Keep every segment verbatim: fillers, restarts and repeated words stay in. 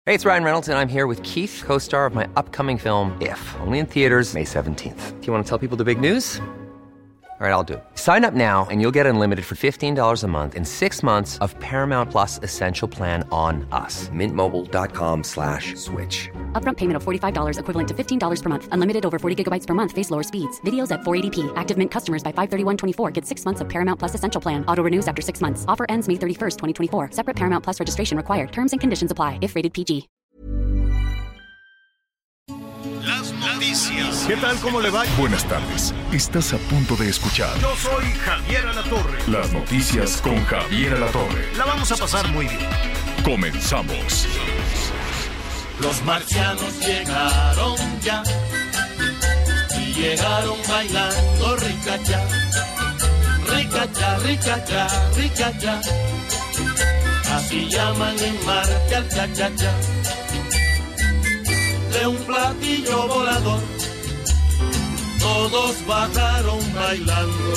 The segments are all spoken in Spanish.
Hey, it's Ryan Reynolds, and I'm here with Keith, co-star of my upcoming film, If, only in theaters May seventeenth. Do you want to tell people the big news? All right, I'll do it. Sign up now and you'll get unlimited for fifteen dollars a month and six months of Paramount Plus Essential Plan on us. Mint Mobile dot com slash switch. Upfront payment of forty-five dollars equivalent to fifteen dollars per month. Unlimited over forty gigabytes per month. Face lower speeds. Videos at four eighty p. Active Mint customers by five thirty-one twenty-four get six months of Paramount Plus Essential Plan. Auto renews after six months. Offer ends May thirty-first, twenty twenty-four. Separate Paramount Plus registration required. Terms and conditions apply if rated P G. Las noticias. ¿Qué tal? ¿Cómo le va? Buenas tardes. Estás a punto de escuchar. Yo soy Javier Alatorre. Las noticias con Javier Alatorre. La vamos a pasar muy bien. Comenzamos. Los marcianos llegaron ya y llegaron bailando ricacha, ricacha, ricacha, ricacha. Así llaman en Marte al cha-cha-cha. De un platillo volador, todos bajaron bailando,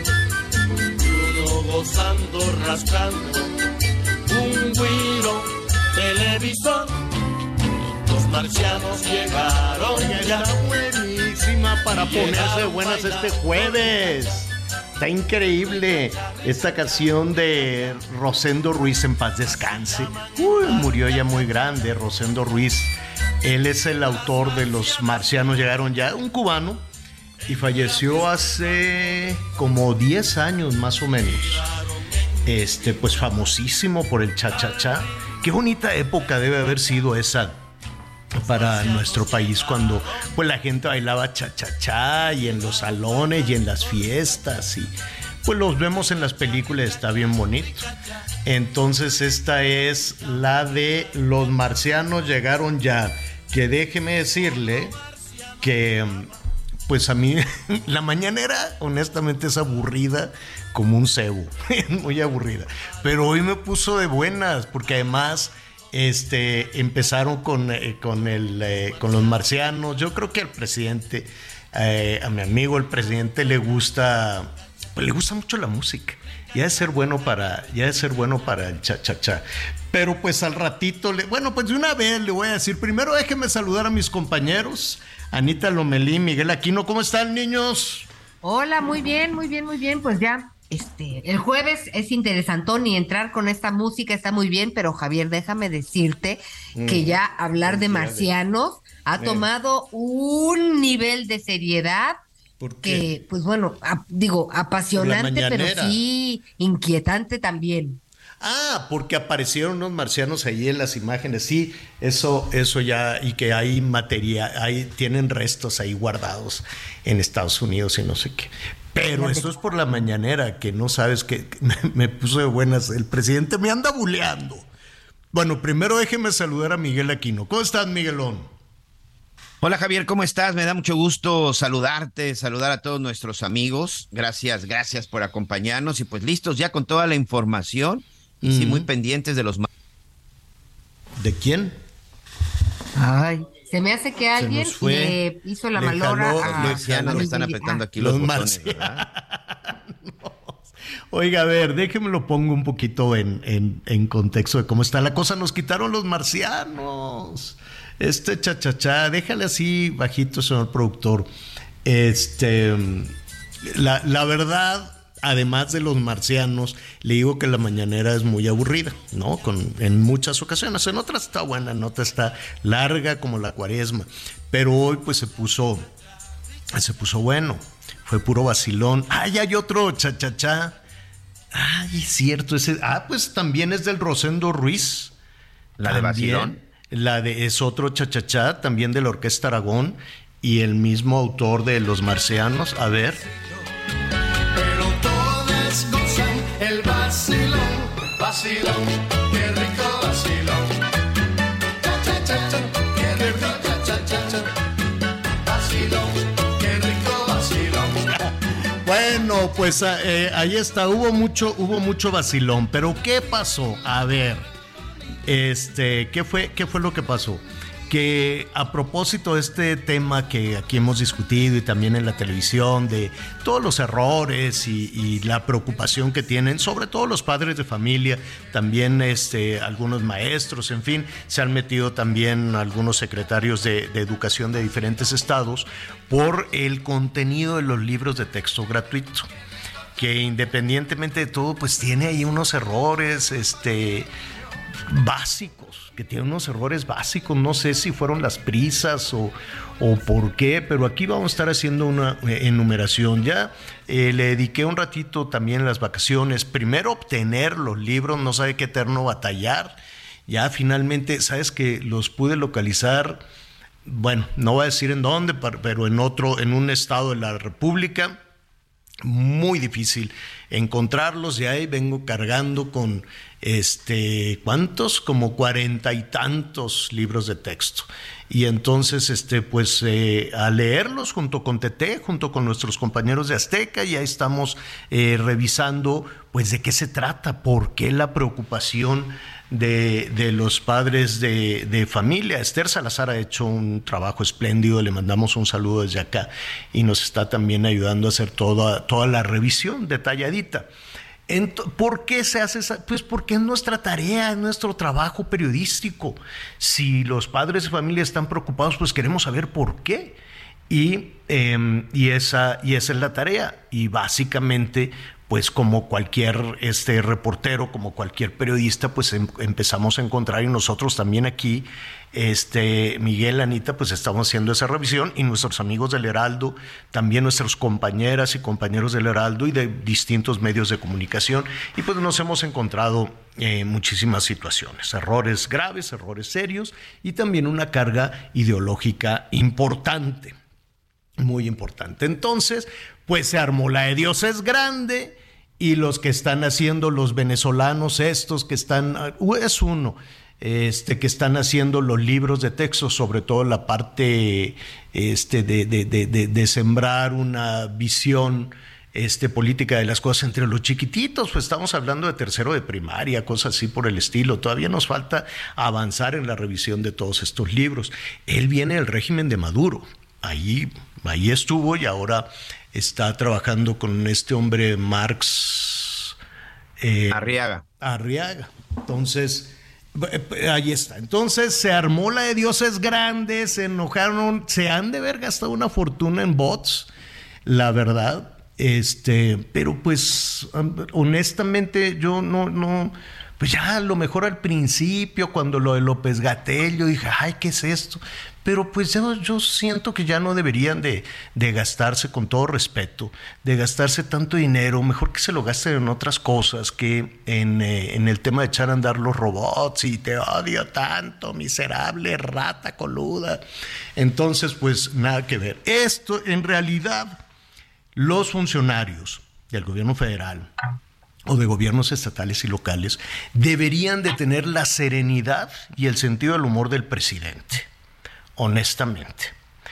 y uno gozando, rascando un güiro televisor. Los marcianos llegaron ya. Está buenísima para ponerse de buenas este jueves. Está increíble esta canción de Rosendo Ruiz, en paz descanse. Uy, murió ya muy grande Rosendo Ruiz. Él es el autor de Los marcianos llegaron ya, un cubano, y falleció hace como diez años más o menos. Este, pues famosísimo por el cha-cha-cha. Qué bonita época debe haber sido esa para nuestro país, cuando pues la gente bailaba cha-cha-cha y en los salones y en las fiestas, y pues los vemos en las películas, está bien bonito. Entonces esta es la de Los marcianos llegaron ya, que déjeme decirle que pues a mí la mañanera honestamente es aburrida como un cebo, muy aburrida, pero hoy me puso de buenas porque además Este, empezaron con, eh, con, el, eh, con los marcianos. Yo creo que al presidente, eh, a mi amigo el presidente le gusta, pues le gusta mucho la música. Y ha de ser bueno para, ya de ser bueno para el cha-cha-cha. Pero pues al ratito, le, bueno, pues de una vez le voy a decir, primero déjenme saludar a mis compañeros, Anita Lomelí, Miguel Aquino. ¿Cómo están, niños? Hola, muy bien, muy bien, muy bien. Pues ya. Este, el jueves es interesantón y entrar con esta música está muy bien, pero Javier, déjame decirte mm, que ya hablar de marcianos ha eh. tomado un nivel de seriedad que, pues bueno, a, digo, apasionante, pero sí inquietante también. Ah, porque aparecieron unos marcianos ahí en las imágenes, sí, eso, eso ya, y que hay material, hay, tienen restos ahí guardados en Estados Unidos y no sé qué. Pero esto es por la mañanera, que no sabes que me, me puso de buenas. El presidente me anda buleando. Bueno, primero déjeme saludar a Miguel Aquino. ¿Cómo estás, Miguelón? Hola, Javier, ¿cómo estás? Me da mucho gusto saludarte, saludar a todos nuestros amigos. Gracias, gracias por acompañarnos. Y pues listos ya con toda la información. Y mm. sí, muy pendientes de los... ¿De quién? Ay... Se me hace que alguien le hizo la le malora jaló, a... Los marcianos me están apretando aquí los, los botones, ¿verdad? Oiga, a ver, déjeme lo pongo un poquito en, en, en contexto de cómo está la cosa. Nos quitaron los marcianos. Este cha-cha-cha, déjale así bajito, señor productor. Este, la, la verdad... Además de los marcianos, le digo que la mañanera es muy aburrida, ¿no? Con, en muchas ocasiones, en otras está buena, en otras está larga como la cuaresma, pero hoy pues se puso, se puso bueno, fue puro vacilón. ¡Ay, hay otro cha-cha-cha! ¡Ay, es cierto! Ese, ah, pues también es del Rosendo Ruiz. ¿La también, de vacilón? La de, es otro cha-cha-cha, también de la Orquesta Aragón, y el mismo autor de Los marcianos. A ver... El vacilón, vacilón, qué rico vacilón. Cha, cha, cha, cha, qué rico, cha, cha, cha, cha. Vacilón, qué rico vacilón. Bueno, pues eh, ahí está, hubo mucho, hubo mucho vacilón, pero ¿qué pasó? A ver, este, ¿qué fue, qué fue lo que pasó? que a propósito de este tema que aquí hemos discutido y también en la televisión, de todos los errores y, y la preocupación que tienen, sobre todo los padres de familia, también este, algunos maestros, en fin, se han metido también algunos secretarios de, de educación de diferentes estados por el contenido de los libros de texto gratuito, que independientemente de todo, pues tiene ahí unos errores, este... básicos, que tiene unos errores básicos, no sé si fueron las prisas o, o por qué, pero aquí vamos a estar haciendo una enumeración. Ya eh, le dediqué un ratito también en las vacaciones, primero obtener los libros, no sabe qué eterno batallar, ya finalmente, sabes que los pude localizar, bueno, no voy a decir en dónde, pero en otro, en un estado de la República, muy difícil encontrarlos, y ahí vengo cargando con este, ¿cuántos? Como cuarenta y tantos libros de texto. Y entonces, este, pues, eh, a leerlos junto con Tete, junto con nuestros compañeros de Azteca, y ahí estamos eh, revisando, pues, de qué se trata, por qué la preocupación de, de los padres de, de familia. Esther Salazar ha hecho un trabajo espléndido, le mandamos un saludo desde acá, y nos está también ayudando a hacer toda, toda la revisión detalladita. ¿Por qué se hace esa? Pues porque es nuestra tarea, es nuestro trabajo periodístico. Si los padres de familia están preocupados, pues queremos saber por qué. Y, eh, y, esa, y esa es la tarea. Y básicamente, pues como cualquier este, reportero, como cualquier periodista, pues em, empezamos a encontrar, y nosotros también aquí, este, Miguel, Anita, pues estamos haciendo esa revisión, y nuestros amigos del Heraldo, también nuestras compañeras y compañeros del Heraldo y de distintos medios de comunicación, y pues nos hemos encontrado eh, muchísimas situaciones, errores graves, errores serios, y también una carga ideológica importante, muy importante. Entonces, pues se armó la de Dios es grande, y los que están haciendo los venezolanos estos que están, es uno, este, que están haciendo los libros de texto, sobre todo la parte este, de, de, de, de, de sembrar una visión este, política de las cosas entre los chiquititos, pues estamos hablando de tercero de primaria, cosas así por el estilo. Todavía nos falta avanzar en la revisión de todos estos libros. Él viene del régimen de Maduro, ahí, ahí estuvo, y ahora está trabajando con este hombre Marx eh, Arriaga. Arriaga. Entonces, ahí está. Entonces se armó la de Dios es grande, se enojaron, se han de haber gastado una fortuna en bots, la verdad. Este, pero pues honestamente yo no, no, pues ya a lo mejor al principio, cuando lo de López-Gatell, yo dije, ay, ¿qué es esto? Pero pues yo, yo siento que ya no deberían de, de gastarse, con todo respeto, de gastarse tanto dinero, mejor que se lo gasten en otras cosas, que en, eh, en el tema de echar a andar los robots, y te odio tanto, miserable, rata coluda. Entonces, pues nada que ver. Esto, en realidad, los funcionarios del gobierno federal o de gobiernos estatales y locales deberían de tener la serenidad y el sentido del humor del presidente. Honestamente,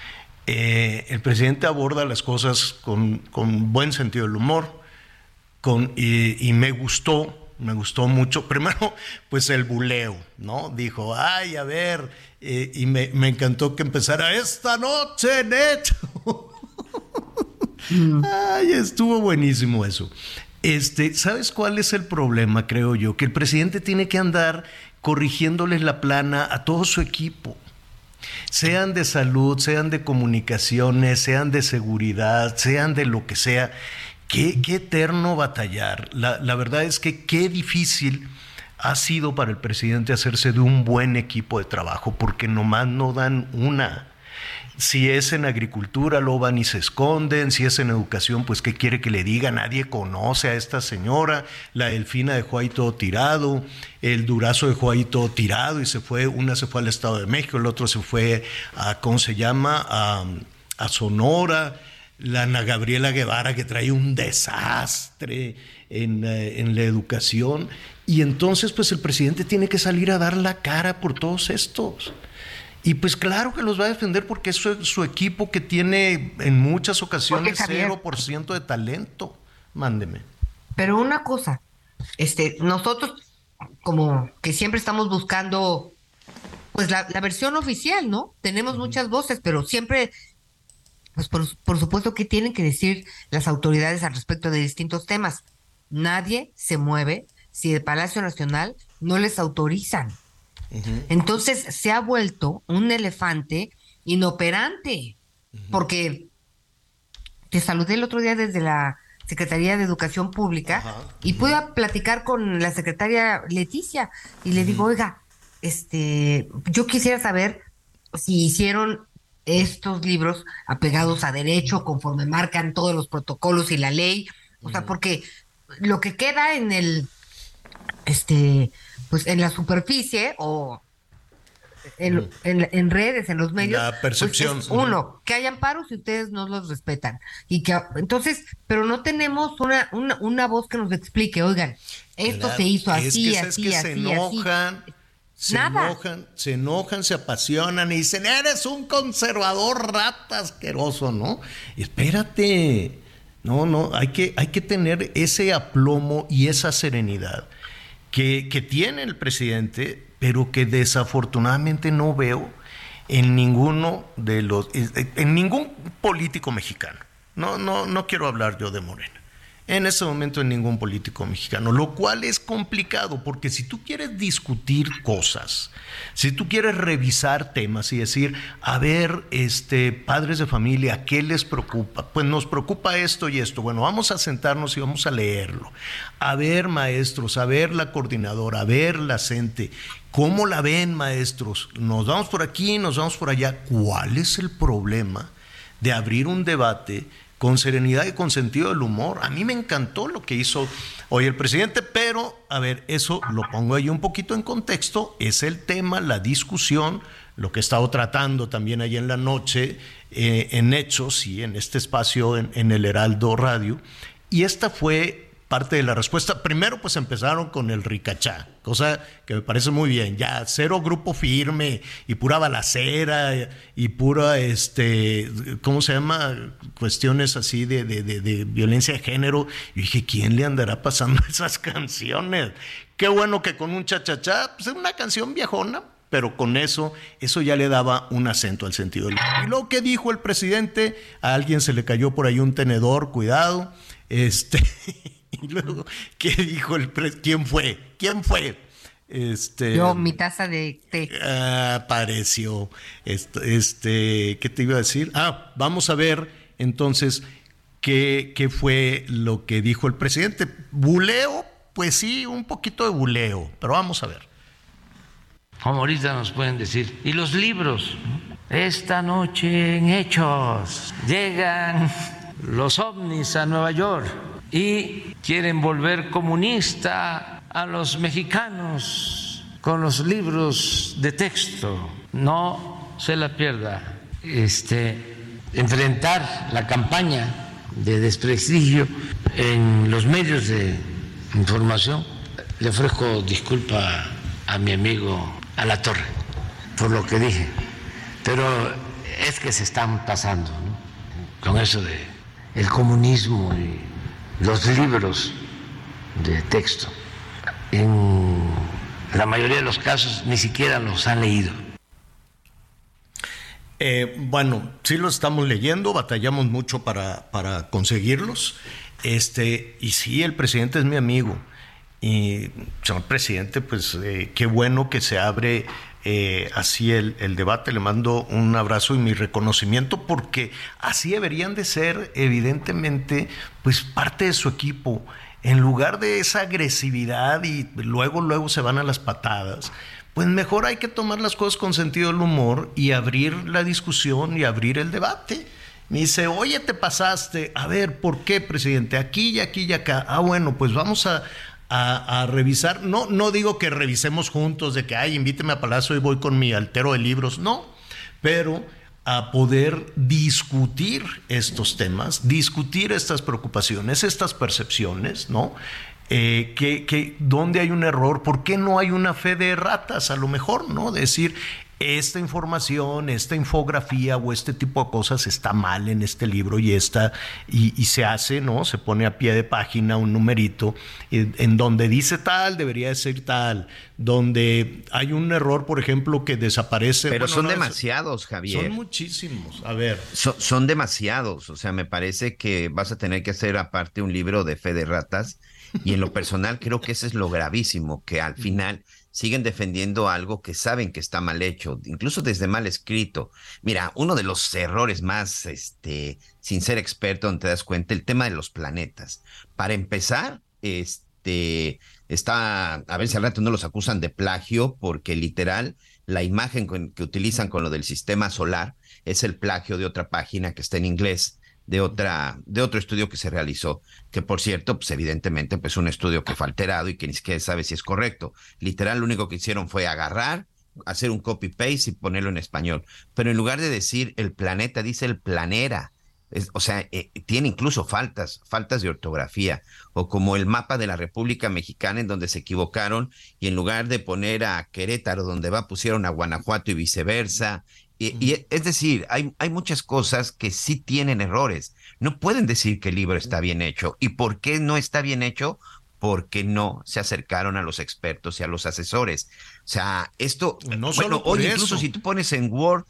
eh, el presidente aborda las cosas con, con buen sentido del humor, con, y, y me gustó, me gustó mucho. Primero, pues el buleo, ¿no? Dijo, ay, a ver, eh, y me, me encantó que empezara esta noche, neto. Mm. Ay, estuvo buenísimo eso. Este, ¿sabes cuál es el problema, creo yo? Que el presidente tiene que andar corrigiéndoles la plana a todo su equipo. Sean de salud, sean de comunicaciones, sean de seguridad, sean de lo que sea. Qué, qué eterno batallar. La, la verdad es que qué difícil ha sido para el presidente hacerse de un buen equipo de trabajo, porque nomás no dan una. Si es en agricultura, lo van y se esconden. Si es en educación, pues ¿qué quiere que le diga? Nadie conoce a esta señora. La Delfina dejó ahí todo tirado. El Durazo dejó ahí todo tirado y se fue. Una se fue al Estado de México, el otro se fue a, ¿cómo se llama? A, a Sonora. La Ana Gabriela Guevara, que trae un desastre en, en la educación. Y entonces, pues el presidente tiene que salir a dar la cara por todos estos. Y pues claro que los va a defender, porque es su, su equipo, que tiene en muchas ocasiones cero por ciento de talento. Mándeme. Pero una cosa, este, nosotros como que siempre estamos buscando pues la, la versión oficial, ¿no? Tenemos uh-huh. muchas voces, pero siempre, pues por, por supuesto que tienen que decir las autoridades al respecto de distintos temas. Nadie se mueve si el Palacio Nacional no les autorizan. Uh-huh. Entonces se ha vuelto un elefante inoperante, uh-huh. porque te saludé el otro día desde la Secretaría de Educación Pública Ajá. y pude platicar con la secretaria Leticia y le uh-huh. digo, oiga, este, yo quisiera saber si hicieron estos libros apegados a derecho, conforme marcan todos los protocolos y la ley, o uh-huh. sea, porque lo que queda en el, este, pues en la superficie o En, uh-huh. en, en redes, en los medios, la percepción. Pues uno, que hay amparos y ustedes no los respetan. Y que entonces, pero no tenemos una, una, una voz que nos explique, oigan, esto claro, se hizo así, es que, así, es que así, se enojan, así. Se Nada. enojan, se enojan, se apasionan y dicen, eres un conservador rata asqueroso, ¿no? Y espérate, no, no, hay que, hay que tener ese aplomo y esa serenidad que, que tiene el presidente, pero que desafortunadamente no veo en ninguno de los, en ningún político mexicano. No, no, no quiero hablar yo de Morena. En ese momento en ningún político mexicano, lo cual es complicado, porque si tú quieres discutir cosas, si tú quieres revisar temas y decir, a ver, este, padres de familia, ¿qué les preocupa? Pues nos preocupa esto y esto. Bueno, vamos a sentarnos y vamos a leerlo. A ver, maestros, a ver la coordinadora, a ver la CENTE. ¿Cómo la ven, maestros? Nos vamos por aquí, nos vamos por allá. ¿Cuál es el problema de abrir un debate con serenidad y con sentido del humor? A mí me encantó lo que hizo hoy el presidente, pero, a ver, eso lo pongo ahí un poquito en contexto, es el tema, la discusión, lo que he estado tratando también ahí en la noche, eh, en Hechos y en este espacio en, en el Heraldo Radio, y esta fue parte de la respuesta. Primero, pues empezaron con el ricachá, cosa que me parece muy bien. Ya cero grupo firme y pura balacera y pura, este, ¿cómo se llama? Cuestiones así de, de, de, de violencia de género. Y dije, ¿quién le andará pasando esas canciones? Qué bueno que con un cha-cha-cha, pues es una canción viejona, pero con eso, eso ya le daba un acento al sentido del humor. Y luego, ¿qué dijo el presidente? A alguien se le cayó por ahí un tenedor, cuidado. Este... Y luego, ¿qué dijo el presidente? ¿Quién fue? ¿Quién fue? Este, Yo, mi taza de té. Apareció. Este, este, ¿qué te iba a decir? Ah, vamos a ver entonces qué, qué fue lo que dijo el presidente. ¿Buleo? Pues sí, un poquito de buleo, pero vamos a ver. Como ahorita nos pueden decir, y los libros, esta noche en Hechos llegan los ovnis a Nueva York y quieren volver comunista a los mexicanos con los libros de texto. No se la pierda. Este, enfrentar la campaña de desprestigio en los medios de información. Le ofrezco disculpa a mi amigo Alatorre por lo que dije, pero es que se están pasando, ¿no? Con eso de el comunismo y los libros de texto. En la mayoría de los casos ni siquiera los han leído. Eh, bueno, sí los estamos leyendo, batallamos mucho para, para conseguirlos. Este, y sí, el presidente es mi amigo. Y, señor presidente, pues eh, qué bueno que se abre eh, así el, el debate. Le mando un abrazo y mi reconocimiento, porque así deberían de ser, evidentemente, pues parte de su equipo. En lugar de esa agresividad y luego, luego se van a las patadas, pues mejor hay que tomar las cosas con sentido del humor y abrir la discusión y abrir el debate. Me dice, oye, te pasaste. A ver, ¿por qué, presidente? Aquí y aquí y acá. Ah, bueno, pues vamos a... A, a revisar, no, no digo que revisemos juntos de que, ay, invíteme a Palacio y voy con mi altero de libros, no, pero a poder discutir estos temas, discutir estas preocupaciones, estas percepciones, ¿no? Eh, que, que, ¿dónde hay un error? ¿Por qué no hay una fe de ratas? A lo mejor, ¿no? Decir, esta información, esta infografía o este tipo de cosas está mal en este libro y esta, y, y se hace, ¿no? Se pone a pie de página un numerito en, en donde dice tal, debería decir tal, donde hay un error, por ejemplo, que desaparece. Pero bueno, son no, demasiados, Javier. Son muchísimos. A ver. So, son demasiados. O sea, me parece que vas a tener que hacer aparte un libro de fe de ratas. Y en lo personal creo que eso es lo gravísimo, que al final siguen defendiendo algo que saben que está mal hecho, incluso desde mal escrito. Mira, uno de los errores más, este, sin ser experto, donde te das cuenta, el tema de los planetas. Para empezar, este, está, a ver si al rato no los acusan de plagio, porque literal, la imagen con, que utilizan con lo del sistema solar es el plagio de otra página que está en inglés, de otra, de otro estudio que se realizó, que por cierto, pues evidentemente, pues un estudio que fue alterado y que ni siquiera sabe si es correcto. Literal, lo único que hicieron fue agarrar, hacer un copy-paste y ponerlo en español. Pero en lugar de decir el planeta, dice el planera. Es, o sea, eh, tiene incluso faltas, faltas de ortografía, o como el mapa de la República Mexicana en donde se equivocaron y en lugar de poner a Querétaro donde va, pusieron a Guanajuato y viceversa. Y, y es decir, hay, hay muchas cosas que sí tienen errores. No pueden decir que el libro está bien hecho. ¿Y por qué no está bien hecho? Porque no se acercaron a los expertos y a los asesores. O sea, esto, no bueno, hoy incluso si tú pones en Word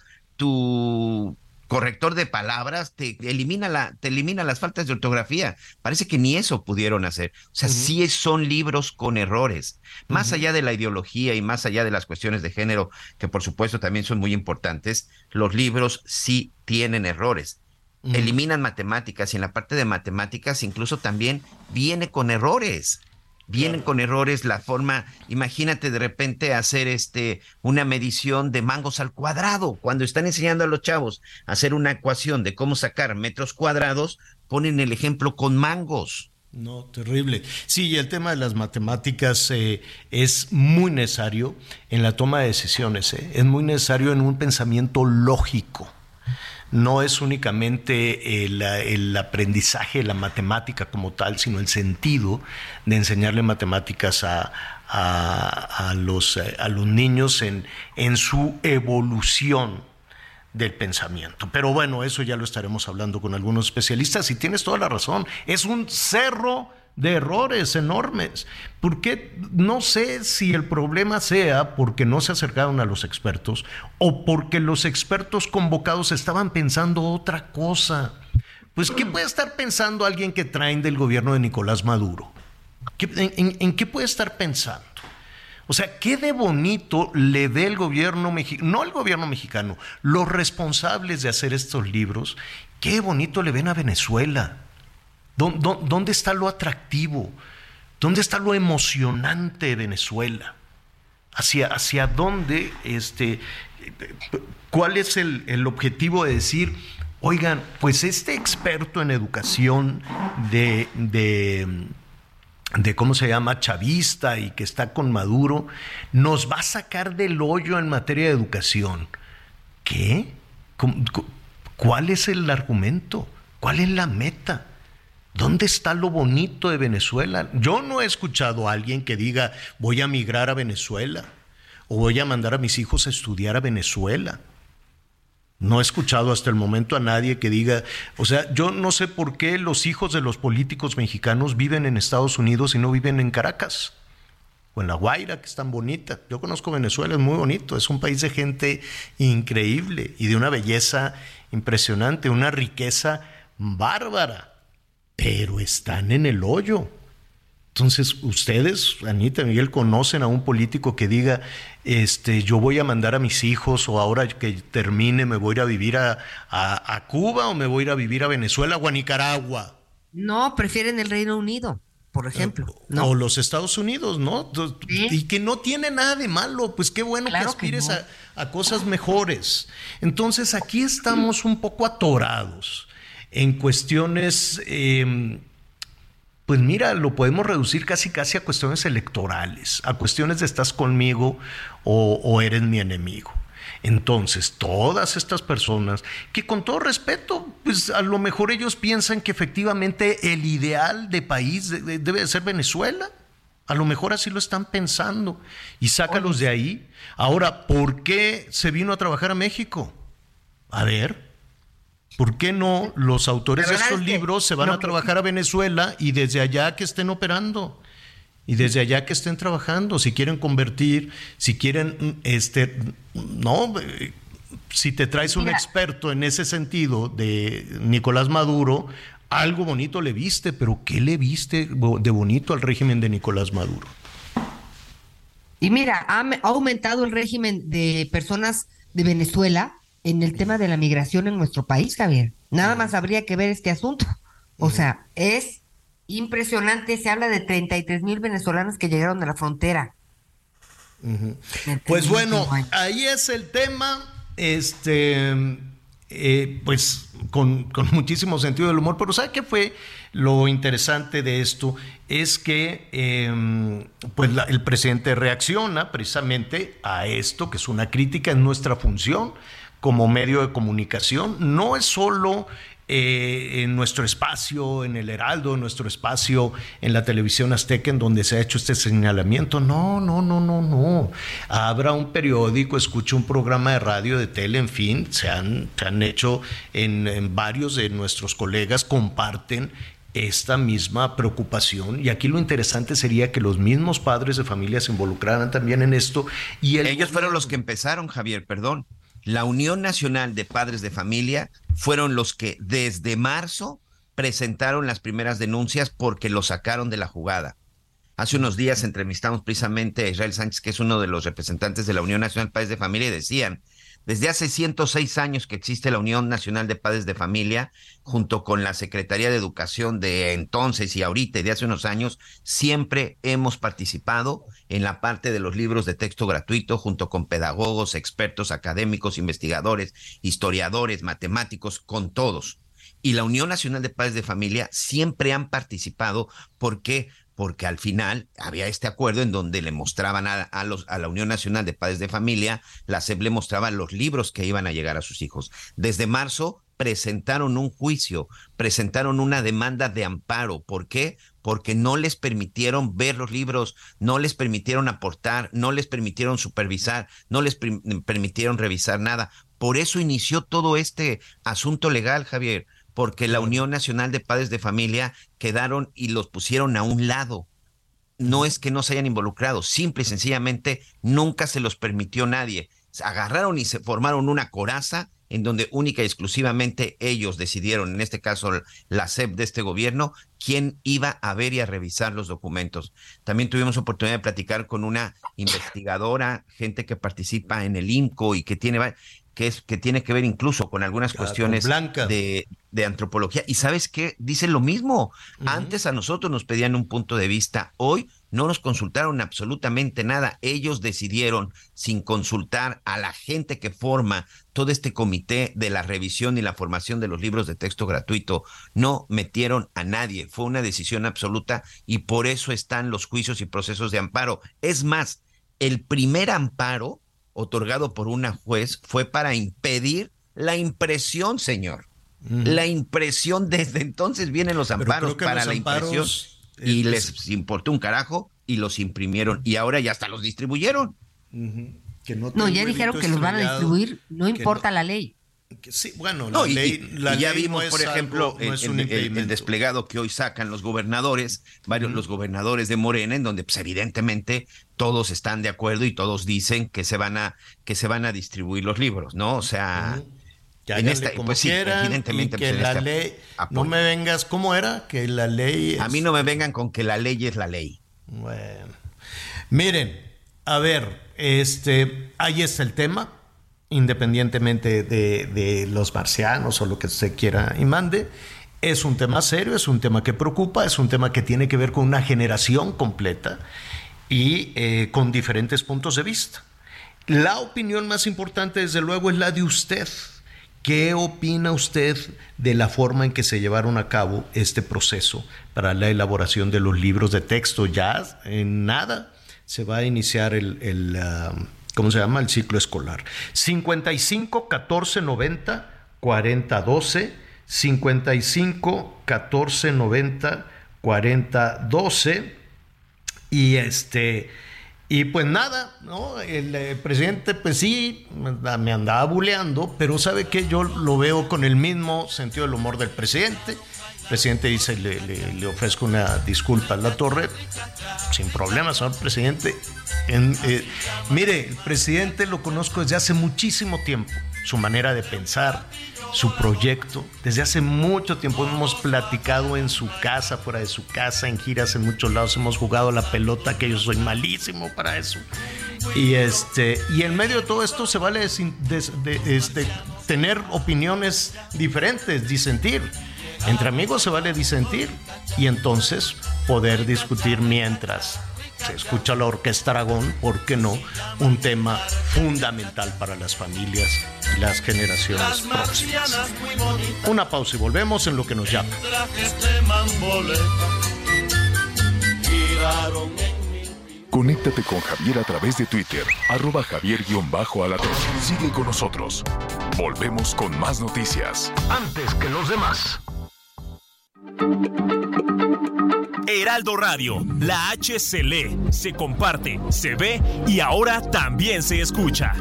tu corrector de palabras, te elimina la, te elimina las faltas de ortografía. Parece que ni eso pudieron hacer. O sea, uh-huh. sí son libros con errores. Más uh-huh. allá de la ideología y más allá de las cuestiones de género, que por supuesto también son muy importantes, los libros sí tienen errores. Uh-huh. Eliminan matemáticas y en la parte de matemáticas incluso también viene con errores. Vienen con errores la forma, imagínate de repente hacer este una medición de mangos al cuadrado. Cuando están enseñando a los chavos a hacer una ecuación de cómo sacar metros cuadrados, ponen el ejemplo con mangos. No, terrible. Sí, y el tema de las matemáticas eh, es muy necesario en la toma de decisiones, eh. es muy necesario en un pensamiento lógico. No es únicamente el, el aprendizaje, la matemática como tal, sino el sentido de enseñarle matemáticas a, a, a, los, a los niños en, en su evolución del pensamiento. Pero bueno, eso ya lo estaremos hablando con algunos especialistas y tienes toda la razón. Es un cerro de errores enormes. ¿Por qué? No sé si el problema sea porque no se acercaron a los expertos o porque los expertos convocados estaban pensando otra cosa. Pues, ¿qué puede estar pensando alguien que traen del gobierno de Nicolás Maduro? ¿Qué, en, en, ¿En qué puede estar pensando? O sea, ¿qué de bonito le ve el gobierno mexicano, no el gobierno mexicano, los responsables de hacer estos libros, qué bonito le ven a Venezuela? ¿Dónde está lo atractivo? ¿Dónde está lo emocionante de Venezuela? ¿Hacia, hacia dónde? Este, ¿Cuál es el, el objetivo de decir, oigan, pues este experto en educación de, de, de, ¿cómo se llama?, chavista y que está con Maduro, nos va a sacar del hoyo en materia de educación? ¿Qué? ¿Cuál es el argumento? ¿Cuál es la meta? ¿Dónde está lo bonito de Venezuela? Yo no he escuchado a alguien que diga voy a migrar a Venezuela o voy a mandar a mis hijos a estudiar a Venezuela. No he escuchado hasta el momento a nadie que diga, o sea, yo no sé por qué los hijos de los políticos mexicanos viven en Estados Unidos y no viven en Caracas o en La Guaira, que es tan bonita. Yo conozco Venezuela, es muy bonito, es un país de gente increíble y de una belleza impresionante, una riqueza bárbara. Pero están en el hoyo. Entonces, ustedes, Anita, Miguel, conocen a un político que diga, este, yo voy a mandar a mis hijos o ahora que termine me voy a ir a vivir a, a, a Cuba o me voy a ir a vivir a Venezuela o a Nicaragua. No, prefieren el Reino Unido, por ejemplo. No. O los Estados Unidos, ¿no? ¿Sí? Y que no tiene nada de malo, pues qué bueno claro que aspires que no. a, a cosas mejores. Entonces, aquí estamos un poco atorados en cuestiones, eh, pues mira, lo podemos reducir casi casi a cuestiones electorales, a cuestiones de estás conmigo o, o eres mi enemigo. Entonces, todas estas personas, que con todo respeto, pues a lo mejor ellos piensan que efectivamente el ideal de país debe de ser Venezuela. A lo mejor así lo están pensando y sácalos de ahí. Ahora, ¿por qué se vino a trabajar a México? A ver, ¿por qué no los autores de estos libros se van a trabajar a Venezuela y desde allá que estén operando? Y desde allá que estén trabajando, si quieren convertir, si quieren, este, no, si te traes un experto en ese sentido de Nicolás Maduro, algo bonito le viste, pero ¿qué le viste de bonito al régimen de Nicolás Maduro? Y mira, ha, ha aumentado el régimen de personas de Venezuela en el tema de la migración en nuestro país, Javier. Nada más habría que ver este asunto. O uh-huh. sea, es impresionante. Se habla de treinta y tres mil venezolanos que llegaron a la frontera. Uh-huh. Pues bueno, ahí es el tema. Este... Eh, pues con, con muchísimo sentido del humor, pero ¿sabe qué fue lo interesante de esto? Es que eh, pues la, el presidente reacciona precisamente a esto, que es una crítica en nuestra función como medio de comunicación. No es solo eh, en nuestro espacio, en el Heraldo, en nuestro espacio en la televisión azteca, en donde se ha hecho este señalamiento. No, no, no, no, no. Abra un periódico, escuche un programa de radio, de tele, en fin, se han, se han hecho en, en varios de nuestros colegas, comparten esta misma preocupación, y aquí lo interesante sería que los mismos padres de familia se involucraran también en esto. Y el... Ellos fueron los que empezaron, Javier, perdón. La Unión Nacional de Padres de Familia fueron los que desde marzo presentaron las primeras denuncias porque lo sacaron de la jugada. Hace unos días entrevistamos precisamente a Israel Sánchez, que es uno de los representantes de la Unión Nacional de Padres de Familia, y decían: desde hace ciento seis años que existe la Unión Nacional de Padres de Familia, junto con la Secretaría de Educación de entonces y ahorita y de hace unos años, siempre hemos participado en la parte de los libros de texto gratuito, junto con pedagogos, expertos, académicos, investigadores, historiadores, matemáticos, con todos. Y la Unión Nacional de Padres de Familia siempre han participado. ¿Por qué? Porque al final había este acuerdo en donde le mostraban a, a, los, a la Unión Nacional de Padres de Familia, la S E P le mostraba los libros que iban a llegar a sus hijos. Desde marzo presentaron un juicio, presentaron una demanda de amparo. ¿Por qué? Porque no les permitieron ver los libros, no les permitieron aportar, no les permitieron supervisar, no les per- permitieron revisar nada. Por eso inició todo este asunto legal, Javier, porque la Unión Nacional de Padres de Familia quedaron y los pusieron a un lado. No es que no se hayan involucrado, simple y sencillamente nunca se los permitió nadie. Se agarraron y se formaron una coraza en donde única y exclusivamente ellos decidieron, en este caso la S E P de este gobierno, quién iba a ver y a revisar los documentos. También tuvimos oportunidad de platicar con una investigadora, gente que participa en el I M C O y que tiene... que es que tiene que ver incluso con algunas cuestiones de, de antropología. Y ¿sabes qué? Dicen lo mismo. Uh-huh. Antes a nosotros nos pedían un punto de vista. Hoy no nos consultaron absolutamente nada. Ellos decidieron, sin consultar a la gente que forma todo este comité de la revisión y la formación de los libros de texto gratuito, no metieron a nadie. Fue una decisión absoluta y por eso están los juicios y procesos de amparo. Es más, el primer amparo otorgado por una juez fue para impedir la impresión, señor. Uh-huh. La impresión, desde entonces vienen los amparos para los la amparos, impresión y es... les importó un carajo y los imprimieron y ahora ya hasta los distribuyeron. Uh-huh. Que no, no ya dijeron que los van a distribuir, no importa no, la ley. Que sí, bueno, no, la y, ley, y, la y ya ley vimos, no por ejemplo, algo, no el, el, el, el desplegado que hoy sacan los gobernadores, varios uh-huh. los gobernadores de Morena, en donde pues evidentemente todos están de acuerdo y todos dicen que se van a que se van a distribuir los libros, ¿no? O sea, uh-huh. que en esta, como pues quieran, sí, evidentemente y que pues, la este ley, apoyo. No me vengas, ¿cómo era? Que la ley es... A mí no me vengan con que la ley es la ley. Bueno, miren, a ver, este, ahí está el tema. Independientemente de, de los marcianos o lo que se quiera y mande, es un tema serio, es un tema que preocupa, es un tema que tiene que ver con una generación completa y eh, con diferentes puntos de vista. La opinión más importante, desde luego, es la de usted. ¿Qué opina usted de la forma en que se llevaron a cabo este proceso para la elaboración de los libros de texto? Ya en nada se va a iniciar el... el uh, ¿cómo se llama? El ciclo escolar. cincuenta y cinco, catorce, noventa, cuarenta, doce, cincuenta y cinco, catorce, noventa, cuarenta, doce. Y este... Y pues nada, ¿no? El, el presidente, pues sí, me andaba buleando, pero ¿sabe qué? Yo lo veo con el mismo sentido del humor del presidente. El presidente dice, le, le, le ofrezco una disculpa a la Torre, sin problema, señor presidente. En, eh, mire, el presidente lo conozco desde hace muchísimo tiempo, su manera de pensar, su proyecto. Desde hace mucho tiempo hemos platicado en su casa, fuera de su casa, en giras en muchos lados, hemos jugado a la pelota, que yo soy malísimo para eso. Y este y en medio de todo esto se vale de, de, de, este, tener opiniones diferentes, disentir. Entre amigos se vale disentir y entonces poder discutir mientras se escucha la Orquesta Aragón, ¿por qué no? Un tema fundamental para las familias y las generaciones próximas. Una pausa y volvemos en Lo que nos llama. Conéctate con Javier a través de Twitter, arroba Javier-Alatorre. Sigue con nosotros. Volvemos con más noticias. Antes que los demás. Heraldo Radio, la H se lee, se comparte, se ve y ahora también se escucha.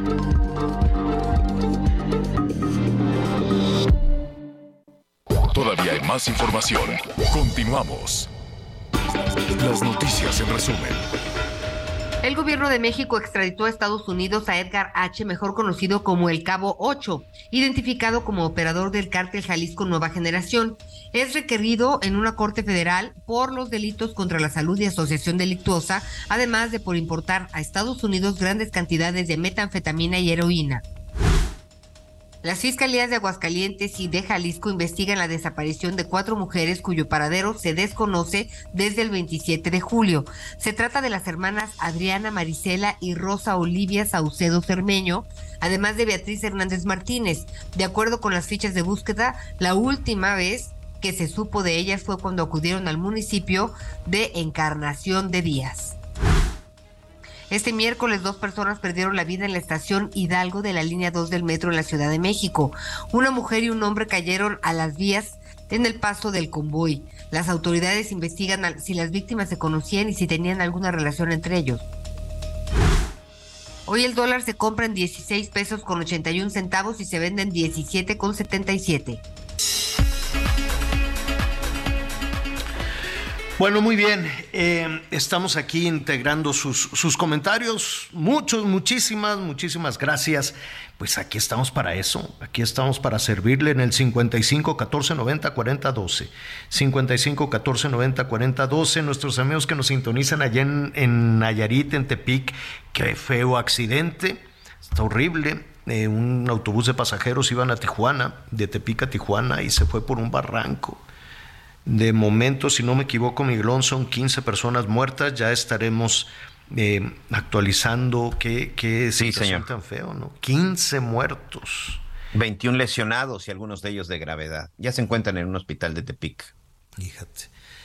Todavía hay más información. Continuamos. Las noticias en resumen. El gobierno de México extraditó a Estados Unidos a Edgar H., mejor conocido como el Cabo ocho, identificado como operador del cártel Jalisco Nueva Generación. Es requerido en una corte federal por los delitos contra la salud y asociación delictuosa, además de por importar a Estados Unidos grandes cantidades de metanfetamina y heroína. Las fiscalías de Aguascalientes y de Jalisco investigan la desaparición de cuatro mujeres cuyo paradero se desconoce desde el veintisiete de julio. Se trata de las hermanas Adriana Marisela y Rosa Olivia Saucedo Cermeño, además de Beatriz Hernández Martínez. De acuerdo con las fichas de búsqueda, la última vez que se supo de ellas fue cuando acudieron al municipio de Encarnación de Díaz. Este miércoles, dos personas perdieron la vida en la estación Hidalgo de la línea dos del metro en la Ciudad de México. Una mujer y un hombre cayeron a las vías en el paso del convoy. Las autoridades investigan si las víctimas se conocían y si tenían alguna relación entre ellos. Hoy el dólar se compra en dieciséis pesos con ochenta y un centavos y se vende en diecisiete con setenta y siete. Bueno, muy bien. Eh, estamos aquí integrando sus, sus comentarios. Muchos, muchísimas, muchísimas gracias. Pues aquí estamos para eso. Aquí estamos para servirle en el cincuenta y cinco catorce noventa cuarenta doce. cincuenta y cinco catorce noventa cuarenta doce. Nuestros amigos que nos sintonizan allá en, en Nayarit, en Tepic. Qué feo accidente. Está horrible. Eh, un autobús de pasajeros iban a Tijuana, de Tepic a Tijuana, y se fue por un barranco. De momento, si no me equivoco, Miguelón, son quince personas muertas. Ya estaremos eh, actualizando qué, qué sí, situación tan feo, ¿no? quince muertos. veintiún lesionados y algunos de ellos de gravedad. Ya se encuentran en un hospital de Tepic. Fíjate.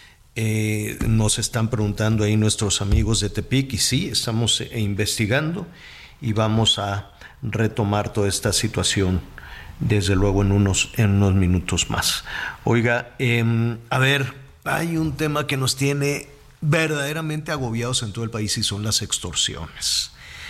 Eh, nos están preguntando ahí nuestros amigos de Tepic y sí, estamos eh, investigando y vamos a retomar toda esta situación desde luego en unos, en unos minutos más. Oiga, eh, a ver, hay un tema que nos tiene verdaderamente agobiados en todo el país y son las extorsiones,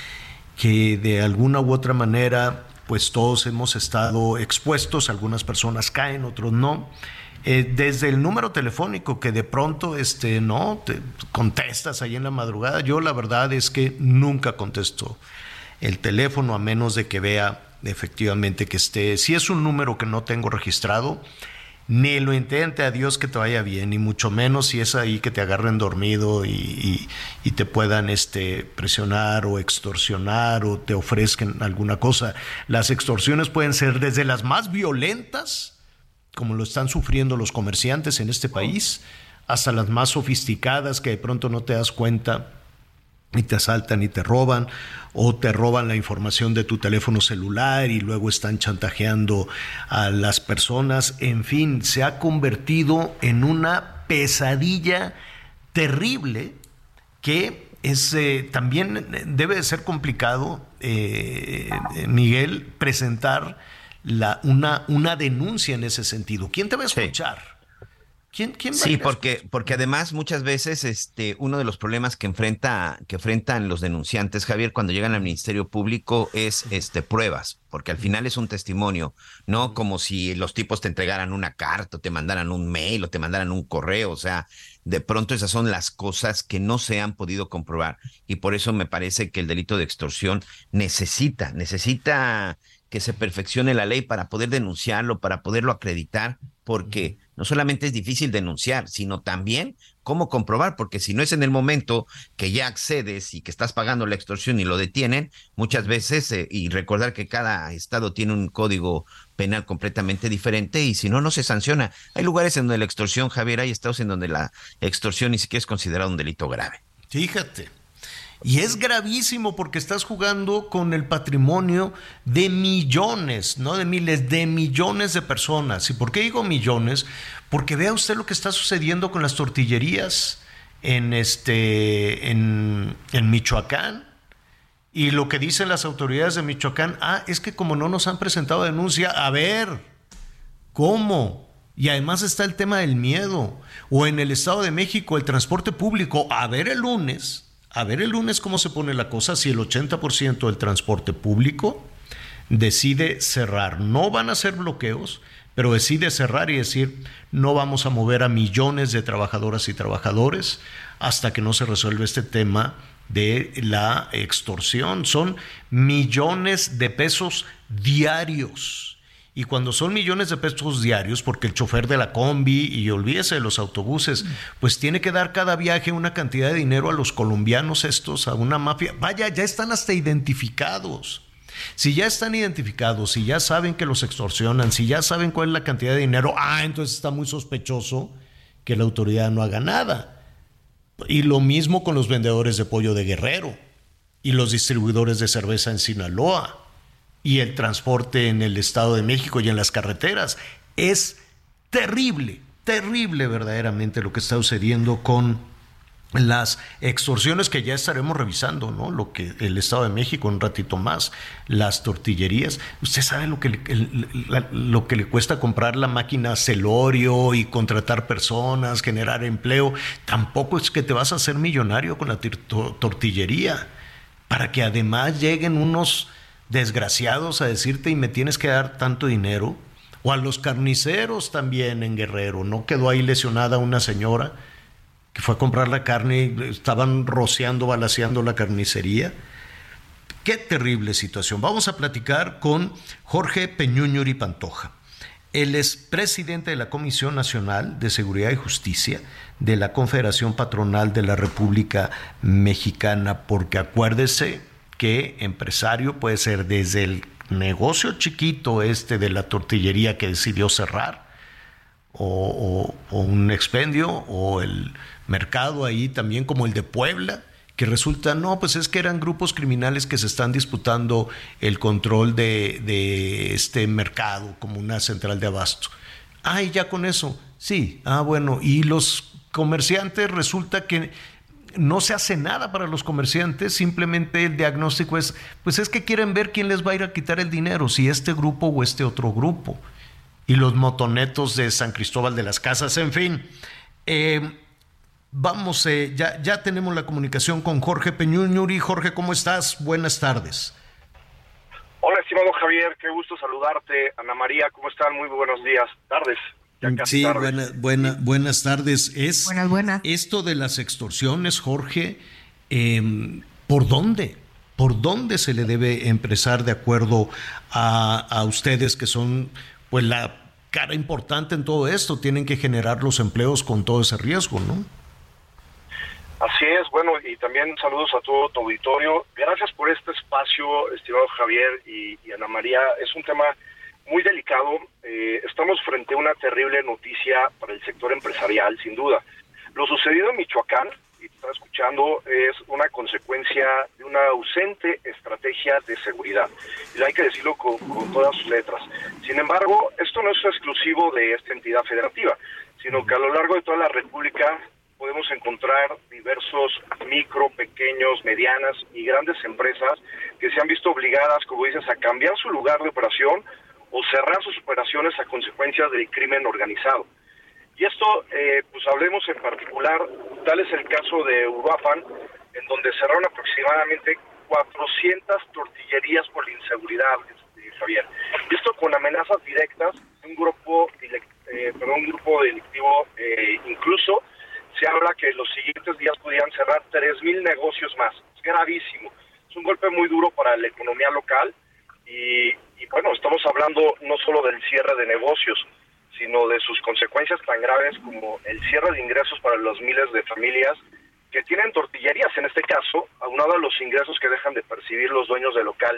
que de alguna u otra manera pues todos hemos estado expuestos, algunas personas caen, otros no. Eh, desde el número telefónico que de pronto este, no te contestas ahí en la madrugada, yo la verdad es que nunca contesto el teléfono a menos de que vea efectivamente que esté, si es un número que no tengo registrado, ni lo intente, a Dios que te vaya bien, y mucho menos si es ahí que te agarren dormido y, y, y te puedan este, presionar o extorsionar o te ofrezcan alguna cosa. Las extorsiones pueden ser desde las más violentas, como lo están sufriendo los comerciantes en este país, hasta las más sofisticadas que de pronto no te das cuenta y te asaltan y te roban, o te roban la información de tu teléfono celular y luego están chantajeando a las personas. En fin, se ha convertido en una pesadilla terrible que es, eh, también debe de ser complicado, eh, Miguel, presentar la, una, una denuncia en ese sentido. ¿Quién te va a escuchar? Sí. ¿Quién, quién va Sí, a porque, porque además muchas veces este, uno de los problemas que enfrenta, que enfrentan los denunciantes, Javier, cuando llegan al Ministerio Público es este, pruebas, porque al final es un testimonio, no como si los tipos te entregaran una carta, o te mandaran un mail, o te mandaran un correo, o sea, de pronto esas son las cosas que no se han podido comprobar, y por eso me parece que el delito de extorsión necesita, necesita que se perfeccione la ley para poder denunciarlo, para poderlo acreditar, porque no solamente es difícil denunciar, sino también cómo comprobar, porque si no es en el momento que ya accedes y que estás pagando la extorsión y lo detienen, muchas veces, eh, y recordar que cada estado tiene un código penal completamente diferente, y si no, no se sanciona. Hay lugares en donde la extorsión, Javier, hay estados en donde la extorsión ni siquiera es considerada un delito grave. Fíjate. Y es gravísimo porque estás jugando con el patrimonio de millones, no de miles, de millones de personas. ¿Y por qué digo millones? Porque vea usted lo que está sucediendo con las tortillerías en, este, en, en Michoacán. Y lo que dicen las autoridades de Michoacán, ah, es que como no nos han presentado denuncia, a ver, ¿cómo? Y además está el tema del miedo. O en el Estado de México, el transporte público, a ver el lunes... A ver el lunes cómo se pone la cosa si el ochenta por ciento del transporte público decide cerrar. No van a ser bloqueos, pero decide cerrar y decir, no vamos a mover a millones de trabajadoras y trabajadores hasta que no se resuelva este tema de la extorsión. Son millones de pesos diarios. Y cuando son millones de pesos diarios, porque el chofer de la combi, y olvídese de los autobuses, pues tiene que dar cada viaje una cantidad de dinero a los colombianos estos, a una mafia. Vaya, ya están hasta identificados. Si ya están identificados, si ya saben que los extorsionan, si ya saben cuál es la cantidad de dinero, ah, entonces está muy sospechoso que la autoridad no haga nada. Y lo mismo con los vendedores de pollo de Guerrero y los distribuidores de cerveza en Sinaloa. Y el transporte en el Estado de México y en las carreteras. Es terrible, terrible verdaderamente lo que está sucediendo con las extorsiones que ya estaremos revisando, ¿no? Lo que el Estado de México un ratito más, las tortillerías. Usted sabe lo que le, el, la, lo que le cuesta comprar la máquina Celorio y contratar personas, generar empleo. Tampoco es que te vas a hacer millonario con la tir- tortillería, para que además lleguen unos desgraciados a decirte y me tienes que dar tanto dinero. O a los carniceros también en Guerrero. ¿No quedó ahí lesionada una señora que fue a comprar la carne y estaban rociando, balaceando la carnicería? Qué terrible situación. Vamos a platicar con Jorge Peñuñuri Pantoja. Él es presidente de la Comisión Nacional de Seguridad y Justicia de la Confederación Patronal de la República Mexicana, porque acuérdese que empresario puede ser desde el negocio chiquito este de la tortillería que decidió cerrar, o, o, o un expendio, o el mercado ahí también como el de Puebla, que resulta, no, pues es que eran grupos criminales que se están disputando el control de, de este mercado como una central de abasto. Ah, y ya con eso, sí, ah, bueno, y los comerciantes resulta que no se hace nada para los comerciantes, simplemente el diagnóstico es, pues es que quieren ver quién les va a ir a quitar el dinero, si este grupo o este otro grupo. Y los motonetos de San Cristóbal de las Casas, en fin. Eh, vamos, eh, ya, ya tenemos la comunicación con Jorge Peñuñuri. Jorge, ¿cómo estás? Buenas tardes. Hola, estimado Javier, qué gusto saludarte. Ana María, ¿cómo están? Muy buenos días, tardes. Sí, buena, buena, buenas tardes. Es buenas, buenas. Esto de las extorsiones, Jorge, eh, ¿por dónde? ¿Por dónde se le debe empezar de acuerdo a, a ustedes que son pues la cara importante en todo esto? Tienen que generar los empleos con todo ese riesgo, ¿no? Así es, bueno, y también saludos a todo tu auditorio. Gracias por este espacio, estimado Javier y, y Ana María. Es un tema muy delicado. Eh, estamos frente a una terrible noticia para el sector empresarial, sin duda. Lo sucedido en Michoacán, y te estaba escuchando, es una consecuencia de una ausente estrategia de seguridad. Y hay que decirlo con, con todas sus letras. Sin embargo, esto no es exclusivo de esta entidad federativa, sino que a lo largo de toda la República podemos encontrar diversos micro, pequeños, medianas y grandes empresas que se han visto obligadas, como dices, a cambiar su lugar de operación o cerrar sus operaciones a consecuencias del crimen organizado. Y esto, eh, pues hablemos en particular, tal es el caso de Uruapan, en donde cerraron aproximadamente cuatrocientas tortillerías por la inseguridad, este, Javier. Y esto con amenazas directas de un grupo, eh, perdón, un grupo delictivo, eh, incluso se habla que en los siguientes días podían cerrar tres mil negocios más. Es gravísimo. Es un golpe muy duro para la economía local y, y bueno, estamos hablando no solo del cierre de negocios, sino de sus consecuencias tan graves como el cierre de ingresos para los miles de familias que tienen tortillerías, en este caso, aunado a los ingresos que dejan de percibir los dueños del local.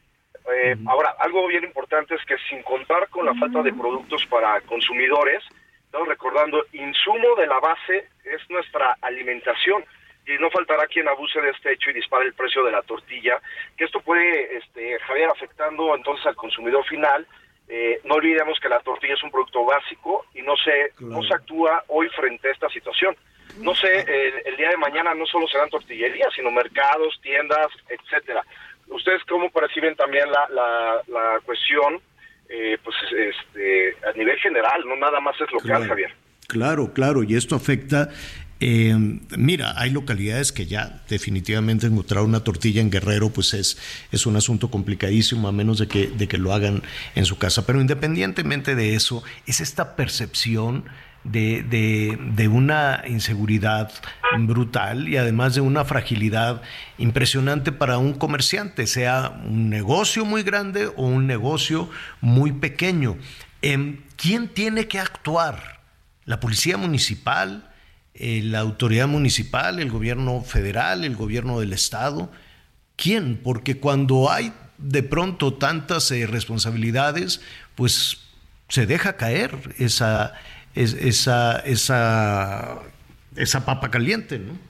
Eh, uh-huh. Ahora, algo bien importante es que sin contar con la falta de productos para consumidores, estamos recordando, insumo de la base es nuestra alimentación, y no faltará quien abuse de este hecho y dispare el precio de la tortilla, que esto puede, este, Javier, afectando entonces al consumidor final. Eh, no olvidemos que la tortilla es un producto básico y no se, claro. no se actúa hoy frente a esta situación. No sé, el, el día de mañana no solo serán tortillerías, sino mercados, tiendas, etcétera. ¿Ustedes cómo perciben también la, la, la cuestión eh, pues este, a nivel general? No nada más es local, claro, Javier. Claro, claro, y esto afecta... Eh, mira, hay localidades que ya definitivamente encontrar una tortilla en Guerrero pues es, es un asunto complicadísimo, a menos de que, de que lo hagan en su casa. Pero independientemente de eso, es esta percepción de, de, de una inseguridad brutal y además de una fragilidad impresionante para un comerciante, sea un negocio muy grande o un negocio muy pequeño. Eh, ¿Quién tiene que actuar? ¿La policía municipal? Eh, la autoridad municipal, el gobierno federal, el gobierno del estado. ¿Quién? Porque cuando hay de pronto tantas eh, responsabilidades, pues se deja caer esa, es, esa, esa, esa papa caliente, ¿no?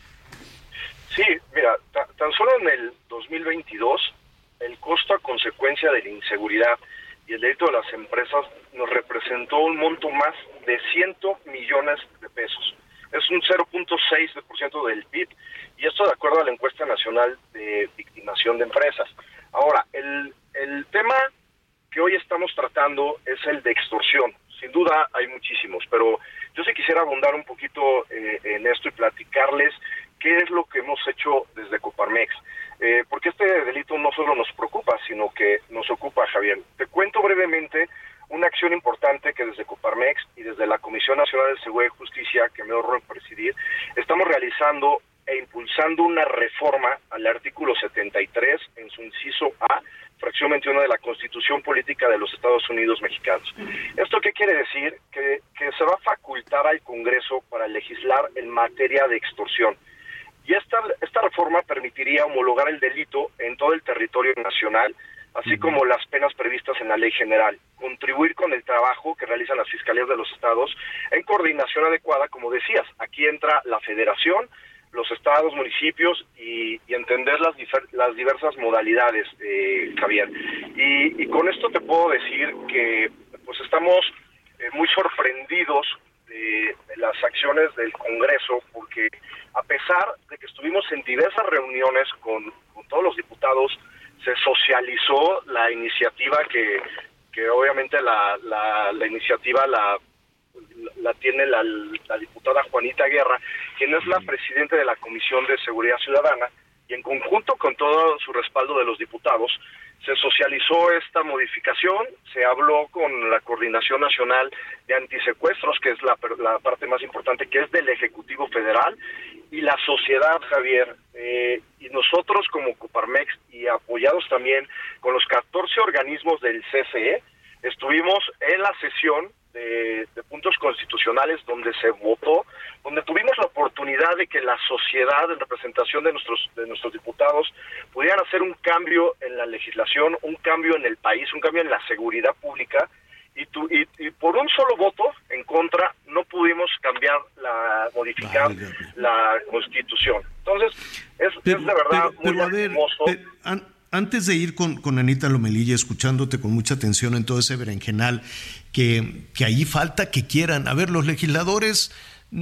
Sí, mira, ta, tan solo en el dos mil veintidós, el costo a consecuencia de la inseguridad y el delito de las empresas nos representó un monto más de cien millones de pesos. Es un cero punto seis por ciento del P I B, y esto de acuerdo a la encuesta nacional de victimación de empresas. Ahora, el, el tema que hoy estamos tratando es el de extorsión. Sin duda hay muchísimos, pero yo sí quisiera abundar un poquito eh, en esto y platicarles qué es lo que hemos hecho desde Coparmex. Eh, porque este delito no solo nos preocupa, sino que nos ocupa, Javier. Te cuento brevemente una acción importante que desde Coparmex y desde la Comisión Nacional de Seguridad y Justicia, que me honro en presidir, estamos realizando e impulsando una reforma al artículo setenta y tres en su inciso A, fracción veintiuno de la Constitución Política de los Estados Unidos Mexicanos. ¿Esto qué quiere decir? Que, que se va a facultar al Congreso para legislar en materia de extorsión. Y esta, esta reforma permitiría homologar el delito en todo el territorio nacional, así como las penas previstas en la ley general, contribuir con el trabajo que realizan las fiscalías de los estados en coordinación adecuada, como decías. Aquí entra la federación, los estados, municipios y, y entender las, difer, las diversas modalidades, eh, Javier. Y, y con esto te puedo decir que pues estamos eh, muy sorprendidos de, de las acciones del Congreso, porque a pesar de que estuvimos en diversas reuniones con, con todos los diputados, se socializó la iniciativa que, que obviamente la, la, la iniciativa la, la tiene la, la diputada Juanita Guerra, quien es la presidenta de la Comisión de Seguridad Ciudadana, y en conjunto con todo su respaldo de los diputados, se socializó esta modificación, se habló con la Coordinación Nacional de Antisecuestros, que es la, la parte más importante, que es del Ejecutivo Federal, y la sociedad, Javier, eh, y nosotros como Coparmex, y apoyados también con los catorce organismos del C C E, estuvimos en la sesión de, de puntos constitucionales donde se votó, donde tuvimos la oportunidad de que la sociedad, en representación de nuestros de nuestros diputados, pudieran hacer un cambio en la legislación, un cambio en el país, un cambio en la seguridad pública, y, tu, y, y por un solo voto en contra no pudimos cambiar, la modificar vale, la Constitución. Entonces, es, pero, es de verdad pero, muy pero, hermoso. Ver, pero, an, antes de ir con, con Anita Lomelilla, escuchándote con mucha atención en todo ese berenjenal, que, que ahí falta que quieran. A ver, los legisladores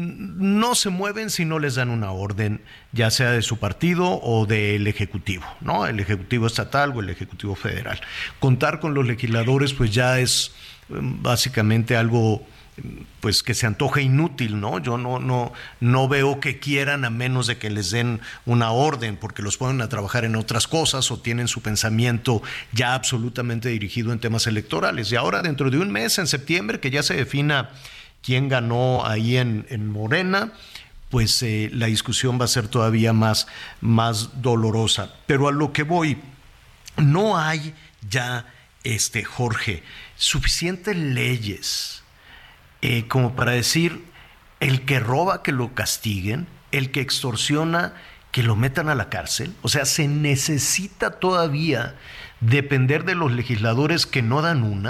no se mueven si no les dan una orden, ya sea de su partido o del Ejecutivo, ¿no? El Ejecutivo estatal o el Ejecutivo federal. Contar con los legisladores pues ya es básicamente algo pues que se antoja inútil, ¿no? Yo no, no, no veo que quieran, a menos de que les den una orden, porque los ponen a trabajar en otras cosas o tienen su pensamiento ya absolutamente dirigido en temas electorales. Y ahora, dentro de un mes, en septiembre, que ya se defina quién ganó ahí en, en Morena, pues eh, la discusión va a ser todavía más, más dolorosa. Pero a lo que voy, no hay ya, este, Jorge, suficientes leyes Eh, como para decir, el que roba que lo castiguen, el que extorsiona que lo metan a la cárcel. O sea, se necesita todavía depender de los legisladores que no dan una.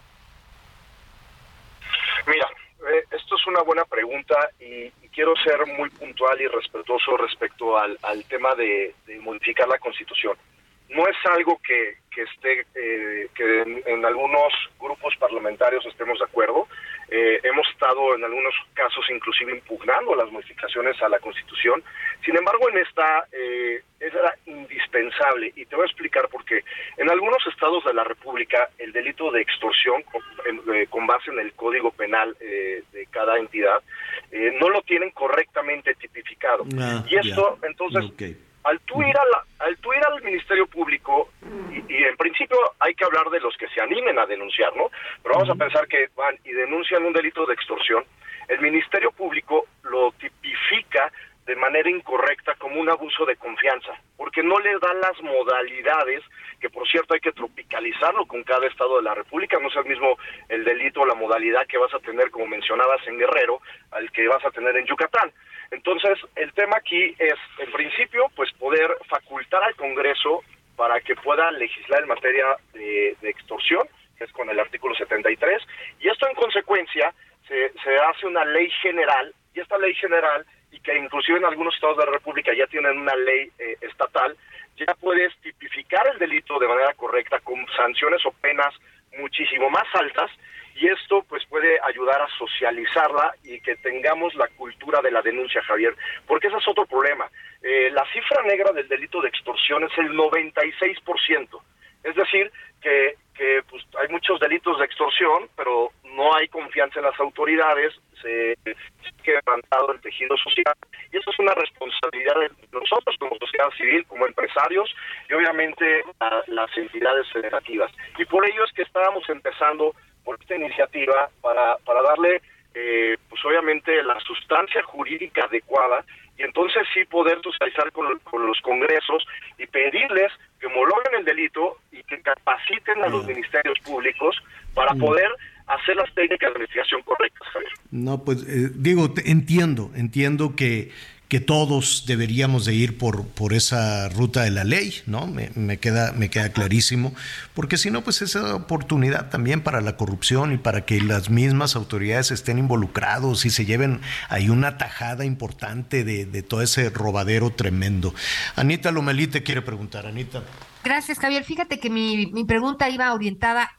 Mira, eh, esto es una buena pregunta y, y quiero ser muy puntual y respetuoso respecto al, al tema de, de modificar la Constitución. No es algo que, que esté eh, que en, en algunos grupos parlamentarios estemos de acuerdo. Eh, hemos estado en algunos casos inclusive impugnando las modificaciones a la Constitución. Sin embargo, en esta eh, era indispensable, y te voy a explicar por qué. En algunos estados de la República, el delito de extorsión, con, eh, con base en el Código Penal eh, de cada entidad, eh, no lo tienen correctamente tipificado. Ah, y esto, yeah. entonces... Okay. Al tú ir, a la, al tú ir al Ministerio Público, y, y en principio hay que hablar de los que se animen a denunciar, ¿no? Pero vamos uh-huh. a pensar que van y denuncian un delito de extorsión, el Ministerio Público lo tipifica de manera incorrecta como un abuso de confianza, porque no le dan las modalidades, que por cierto hay que tropicalizarlo con cada estado de la República, no es el mismo el delito o la modalidad que vas a tener, como mencionabas, en Guerrero, al que vas a tener en Yucatán. Entonces, el tema aquí es, en principio, pues poder facultar al Congreso para que pueda legislar en materia de, de extorsión, que es con el artículo setenta y tres, y esto en consecuencia se, se hace una ley general, y esta ley general, y que inclusive en algunos estados de la República ya tienen una ley eh, estatal, ya puedes tipificar el delito de manera correcta con sanciones o penas muchísimo más altas, y esto pues puede ayudar a socializarla y que tengamos la cultura de la denuncia, Javier, porque ese es otro problema. Eh, la cifra negra del delito de extorsión es el noventa y seis por ciento, es decir, que, que pues, hay muchos delitos de extorsión, pero no hay confianza en las autoridades, se ha quebrantado el tejido social, y eso es una responsabilidad de nosotros como sociedad civil, como empresarios, y obviamente a, las entidades federativas. Y por ello es que estábamos empezando por esta iniciativa para, para darle, eh, pues obviamente, la sustancia jurídica adecuada, y entonces sí poder socializar con, con los congresos y pedirles que homologuen el delito y que capaciten a los ministerios públicos para poder hacer las técnicas de investigación correctas, Javier. No, pues eh, digo, te, entiendo, entiendo que, que todos deberíamos de ir por, por esa ruta de la ley, ¿no? Me, me queda, me queda clarísimo, porque si no, pues esa oportunidad también para la corrupción y para que las mismas autoridades estén involucrados y se lleven ahí una tajada importante de, de todo ese robadero tremendo. Anita Lomelí te quiere preguntar, Anita. Gracias, Javier. Fíjate que mi, mi pregunta iba orientada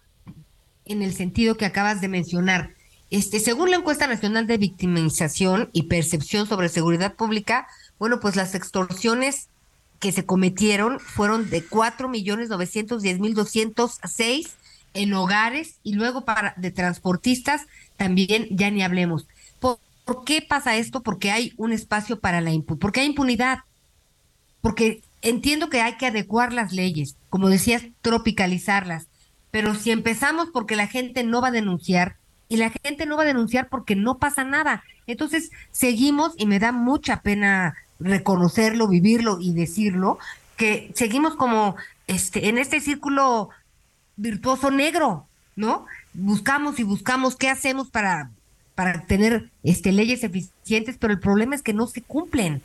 en el sentido que acabas de mencionar. Este, según la encuesta nacional de victimización y percepción sobre seguridad pública, bueno, pues las extorsiones que se cometieron fueron de cuatro millones novecientos diez mil doscientos seis en hogares, y luego para de transportistas también ya ni hablemos. ¿Por, ¿por qué pasa esto? Porque hay un espacio para la impunidad. ¿Por qué hay impunidad? Porque entiendo que hay que adecuar las leyes, como decías, tropicalizarlas, pero si empezamos porque la gente no va a denunciar, y la gente no va a denunciar porque no pasa nada, entonces seguimos, y me da mucha pena reconocerlo, vivirlo y decirlo, que seguimos como este en este círculo virtuoso negro, ¿no? Buscamos y buscamos qué hacemos para, para tener este leyes eficientes, pero el problema es que no se cumplen.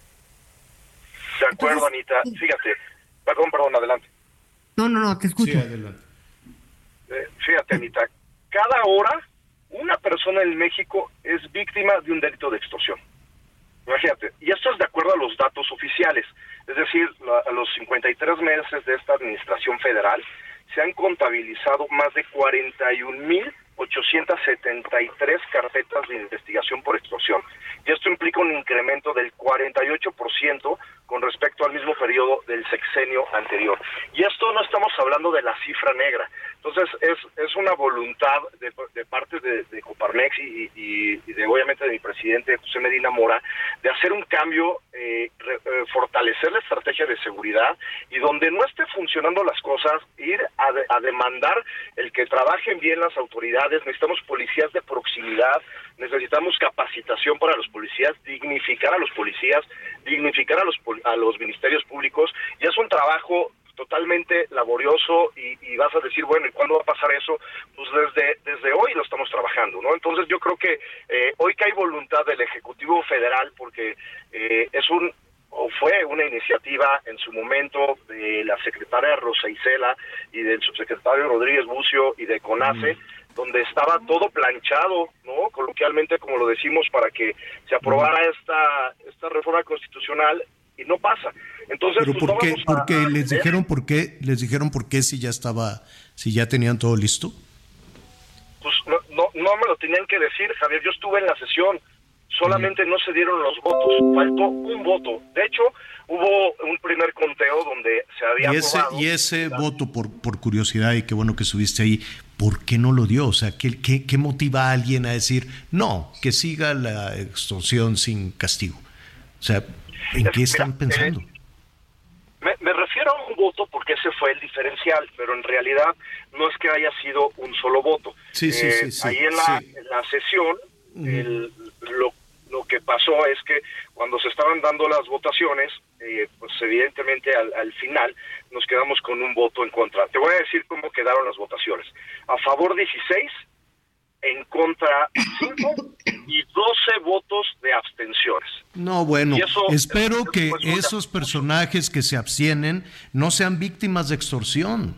De acuerdo, entonces, Anita. Fíjate, perdón, perdón, adelante. No, no, no, te escucho. Sí, adelante. Eh, fíjate, Anita, cada hora una persona en México es víctima de un delito de extorsión. Imagínate, y esto es de acuerdo a los datos oficiales, es decir, la, a los cincuenta y tres meses de esta administración federal se han contabilizado más de cuarenta y un mil ochocientas setenta y tres carpetas de investigación por extorsión. Y esto implica un incremento del cuarenta y ocho por ciento con respecto al mismo periodo del sexenio anterior. Y esto no estamos hablando de la cifra negra. Entonces es es una voluntad de, de parte de, de Coparmex y, y, y de obviamente de mi presidente José Medina Mora de hacer un cambio, eh, re, eh, fortalecer la estrategia de seguridad y donde no esté funcionando las cosas, ir a, de, a demandar el que trabajen bien las autoridades. Necesitamos policías de proximidad, necesitamos capacitación para los policías, dignificar a los policías, dignificar a los a los ministerios públicos, y es un trabajo totalmente laborioso y, y vas a decir, bueno, ¿y cuándo va a pasar eso? Pues desde desde hoy lo estamos trabajando, ¿no? Entonces yo creo que eh, hoy que hay voluntad del Ejecutivo Federal, porque eh, es un o fue una iniciativa en su momento de la secretaria Rosa Isela y del subsecretario Rodríguez Bucio y de CONACE, mm. donde estaba todo planchado, ¿no? Coloquialmente, como lo decimos, para que se aprobara mm. esta esta reforma constitucional, y no pasa. Entonces, pero pues, ¿por qué? a, Porque a, les dijeron por qué, les dijeron por qué si ya estaba, si ya tenían todo listo. Pues no, no, no me lo tenían que decir, Javier. Yo estuve en la sesión. Solamente no se dieron los votos, faltó un voto. De hecho, hubo un primer conteo donde se había y ese, aprobado. Y ese la... voto, por, por curiosidad, y qué bueno que estuviste ahí, ¿por qué no lo dio? O sea, ¿qué, qué, qué motiva a alguien a decir, no, que siga la extorsión sin castigo? O sea, ¿en es, qué están mira, pensando? Eh, me, me refiero a un voto porque ese fue el diferencial, pero en realidad no es que haya sido un solo voto. Sí, eh, sí, sí, sí. Ahí en la, sí. en la sesión, uh-huh. el, lo Lo que pasó es que cuando se estaban dando las votaciones, eh, pues evidentemente al, al final nos quedamos con un voto en contra. Te voy a decir cómo quedaron las votaciones. A favor dieciséis, en contra cinco y doce votos de abstenciones. No, bueno, eso, espero eso, que pues, esos personajes que se abstienen no sean víctimas de extorsión.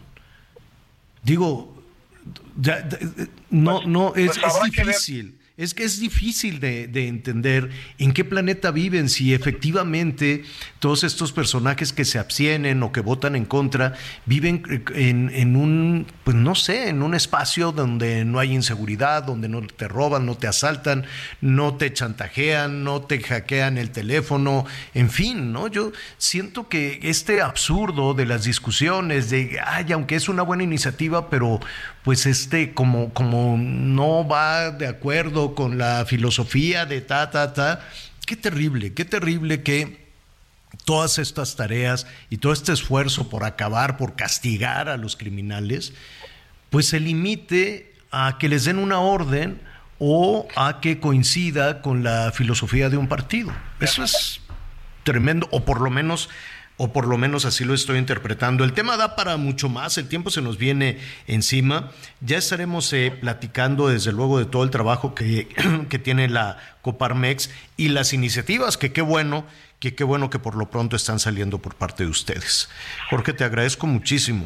Digo, ya, no, pues, no, es, pues es difícil. Es que es difícil de, de entender en qué planeta viven, si efectivamente todos estos personajes que se abstienen o que votan en contra viven en, en un, pues no sé, en un espacio donde no hay inseguridad, donde no te roban, no te asaltan, no te chantajean, no te hackean el teléfono, en fin, ¿no? Yo siento que este absurdo de las discusiones de, ay, aunque es una buena iniciativa, pero pues este, como, como no va de acuerdo con la filosofía de ta, ta, ta, qué terrible, qué terrible que todas estas tareas y todo este esfuerzo por acabar, por castigar a los criminales, pues se limite a que les den una orden o a que coincida con la filosofía de un partido. Eso es tremendo, o por lo menos... o por lo menos así lo estoy interpretando. El tema da para mucho más, el tiempo se nos viene encima. Ya estaremos eh, platicando desde luego de todo el trabajo que, que tiene la Coparmex y las iniciativas, que qué bueno, que qué bueno que por lo pronto están saliendo por parte de ustedes. Jorge, te agradezco muchísimo.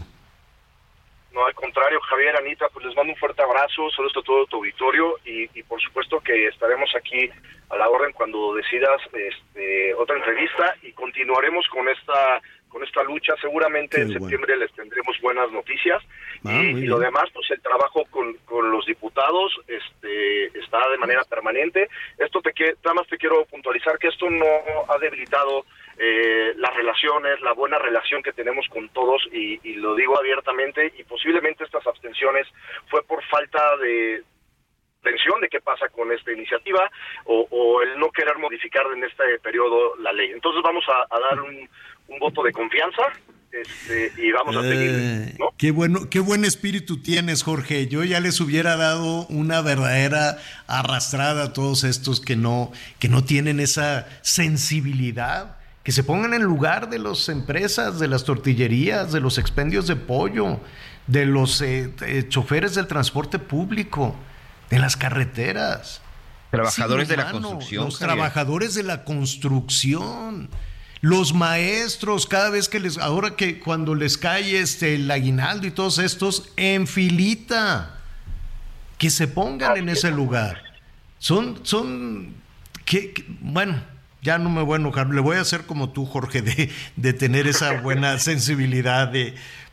No, al contrario, Javier, Anita, pues les mando un fuerte abrazo, saludos a todo tu auditorio y, y por supuesto que estaremos aquí a la orden cuando decidas este, otra entrevista y continuaremos con esta con esta lucha. Seguramente Qué en bueno. septiembre les tendremos buenas noticias ah, y, y lo demás, pues el trabajo con, con los diputados este está de manera permanente. Esto te nada más te quiero puntualizar que esto no ha debilitado Eh, las relaciones, la buena relación que tenemos con todos y, y lo digo abiertamente, y posiblemente estas abstenciones fue por falta de atención de qué pasa con esta iniciativa o, o el no querer modificar en este periodo la ley. Entonces vamos a, a dar un, un voto de confianza este, y vamos a seguir, ¿no? Qué bueno, qué buen espíritu tienes, Jorge. Yo ya les hubiera dado una verdadera arrastrada a todos estos que no, que no tienen esa sensibilidad. Que se pongan en lugar de las empresas, de las tortillerías, de los expendios de pollo, de los eh, eh, choferes del transporte público, de las carreteras. Trabajadores sí, de hermano, la construcción. Los Javier. trabajadores de la construcción. Los maestros, cada vez que les, ahora que cuando les cae este, el aguinaldo y todos estos, en filita. Que se pongan en ese lugar. Son, son, que, que, bueno... Ya no me voy a enojar, le voy a hacer como tú, Jorge, de, de tener esa buena sensibilidad de,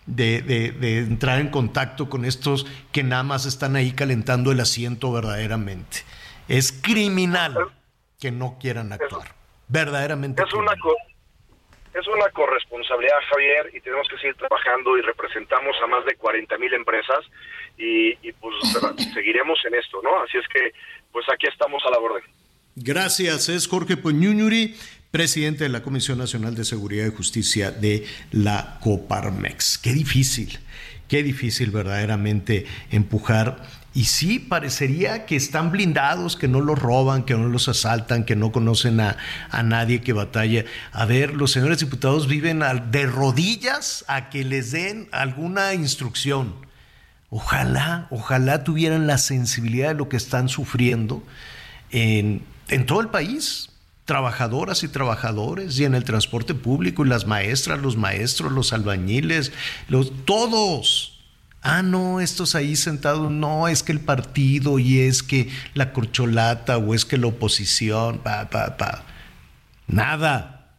de, de, de entrar en contacto con estos que nada más están ahí calentando el asiento verdaderamente. Es criminal que no quieran actuar. Verdaderamente. Es una, es una corresponsabilidad, Javier, y tenemos que seguir trabajando y representamos a más de cuarenta mil empresas y, y pues seguiremos en esto, ¿no? Así es que pues aquí estamos a la orden. Gracias, es Jorge Puñúñuri, presidente de la Comisión Nacional de Seguridad y Justicia de la Coparmex. Qué difícil, qué difícil verdaderamente empujar. Y sí, parecería que están blindados, que no los roban, que no los asaltan, que no conocen a, a nadie que batalla. A ver, los señores diputados viven al, de rodillas a que les den alguna instrucción. Ojalá, ojalá tuvieran la sensibilidad de lo que están sufriendo en, en todo el país. Trabajadoras y trabajadores, y en el transporte público, y las maestras, los maestros, los albañiles, los, todos. Ah, no, estos ahí sentados, no, es que el partido, y es que la corcholata, o es que la oposición, pa, pa, pa. Nada.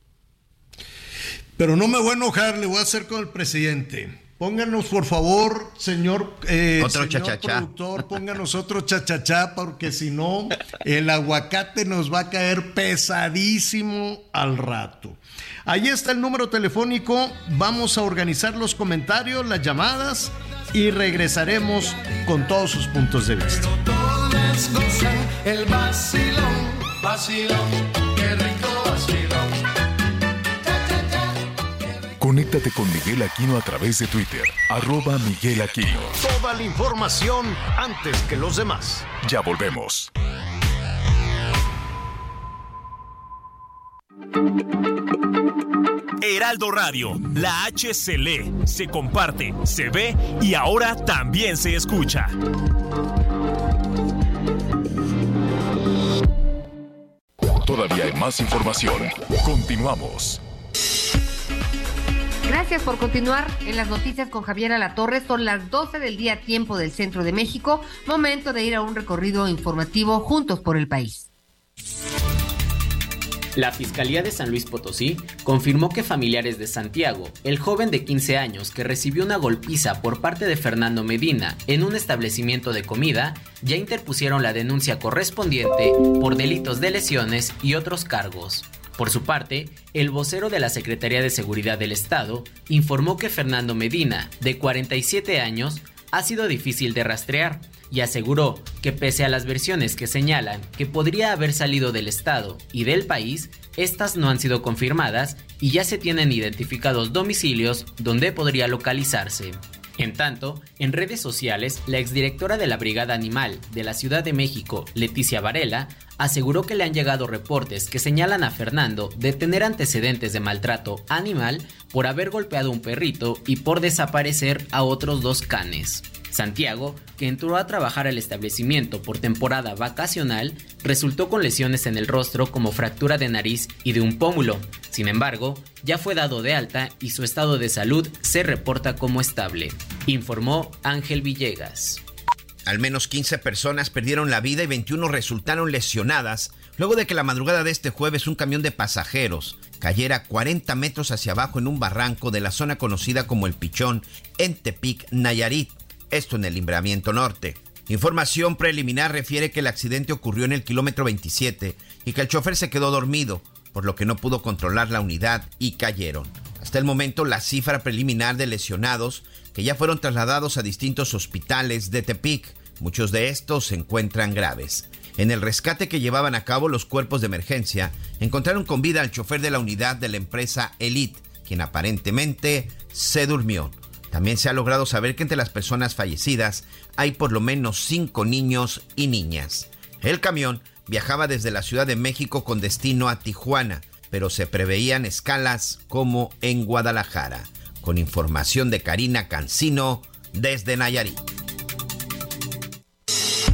Pero no me voy a enojar, le voy a hacer con el presidente. Pónganos, por favor, señor, eh, otro señor chachachá. productor, pónganos otro chachachá, porque si no, el aguacate nos va a caer pesadísimo al rato. Ahí está el número telefónico, vamos a organizar los comentarios, las llamadas, y regresaremos con todos sus puntos de vista. Todos gozan el vacilón, vacilón, qué rico vacilón. Conéctate con Miguel Aquino a través de Twitter, arroba Miguel Aquino. Toda la información antes que los demás. Ya volvemos. Heraldo Radio, la H se lee, se comparte, se ve y ahora también se escucha. Todavía hay más información. Continuamos. Gracias por continuar en las noticias con Javier Alatorre. Son las doce del día, tiempo del centro de México. Momento de ir a un recorrido informativo juntos por el país. La Fiscalía de San Luis Potosí confirmó que familiares de Santiago, el joven de quince años que recibió una golpiza por parte de Fernando Medina en un establecimiento de comida, ya interpusieron la denuncia correspondiente por delitos de lesiones y otros cargos. Por su parte, el vocero de la Secretaría de Seguridad del Estado informó que Fernando Medina, de cuarenta y siete años, ha sido difícil de rastrear y aseguró que pese a las versiones que señalan que podría haber salido del estado y del país, estas no han sido confirmadas y ya se tienen identificados domicilios donde podría localizarse. En tanto, en redes sociales, la exdirectora de la Brigada Animal de la Ciudad de México, Leticia Varela, aseguró que le han llegado reportes que señalan a Fernando de tener antecedentes de maltrato animal por haber golpeado a un perrito y por desaparecer a otros dos canes. Santiago, que entró a trabajar al establecimiento por temporada vacacional, resultó con lesiones en el rostro como fractura de nariz y de un pómulo. Sin embargo, ya fue dado de alta y su estado de salud se reporta como estable, informó Ángel Villegas. Al menos quince personas perdieron la vida y veintiuna resultaron lesionadas luego de que la madrugada de este jueves un camión de pasajeros cayera cuarenta metros hacia abajo en un barranco de la zona conocida como El Pichón en Tepic, Nayarit. Esto en el Libramiento Norte. Información preliminar refiere que el accidente ocurrió en el kilómetro veintisiete y que el chofer se quedó dormido, por lo que no pudo controlar la unidad y cayeron. Hasta el momento, la cifra preliminar de lesionados que ya fueron trasladados a distintos hospitales de Tepic. Muchos de estos se encuentran graves. En el rescate que llevaban a cabo los cuerpos de emergencia, encontraron con vida al chofer de la unidad de la empresa Elite, quien aparentemente se durmió. También se ha logrado saber que entre las personas fallecidas hay por lo menos cinco niños y niñas. El camión viajaba desde la Ciudad de México con destino a Tijuana, pero se preveían escalas como en Guadalajara. Con información de Karina Cancino desde Nayarit. Sí,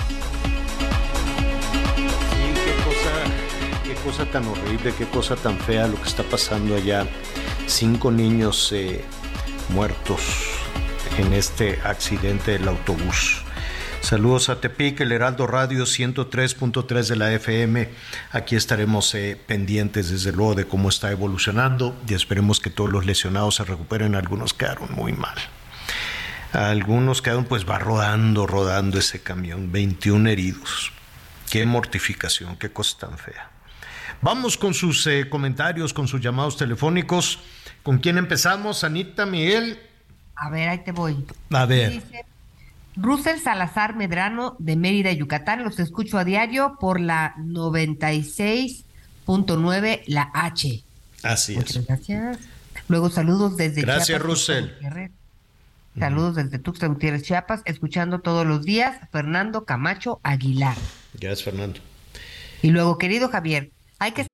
qué cosa, qué cosa tan horrible, qué cosa tan fea lo que está pasando allá. Cinco niños eh, muertos en este accidente del autobús. Saludos a Tepic, el Heraldo Radio ciento tres punto tres de la F M. Aquí estaremos eh, pendientes, desde luego, de cómo está evolucionando y esperemos que todos los lesionados se recuperen. Algunos quedaron muy mal. Algunos quedaron, pues va rodando, rodando ese camión. veintiún heridos. Qué mortificación, qué cosa tan fea. Vamos con sus eh, comentarios, con sus llamados telefónicos. ¿Con quién empezamos? Anita, Miguel. A ver, ahí te voy. A ver. Dice Russell Salazar Medrano, de Mérida, Yucatán. Los escucho a diario por la noventa y seis punto nueve, la H. Así Muchas es. gracias. Luego saludos desde Gracias, Chiapas, Russell. Saludos desde Tuxtla Gutiérrez, Chiapas, escuchando todos los días, Fernando Camacho Aguilar. Gracias, Fernando. Y luego, querido Javier, hay que...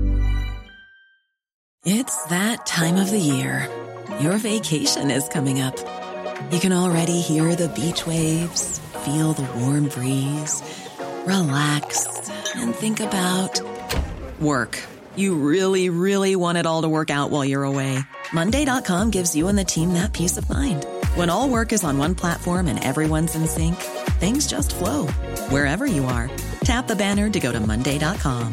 It's that time of the year. Your vacation is coming up. You can already hear the beach waves, feel the warm breeze, relax, and think about work. You really, really want it all to work out while you're away. Monday dot com gives you and the team that peace of mind. When all work is on one platform and everyone's in sync, things just flow. Wherever you are, tap the banner to go to Monday dot com.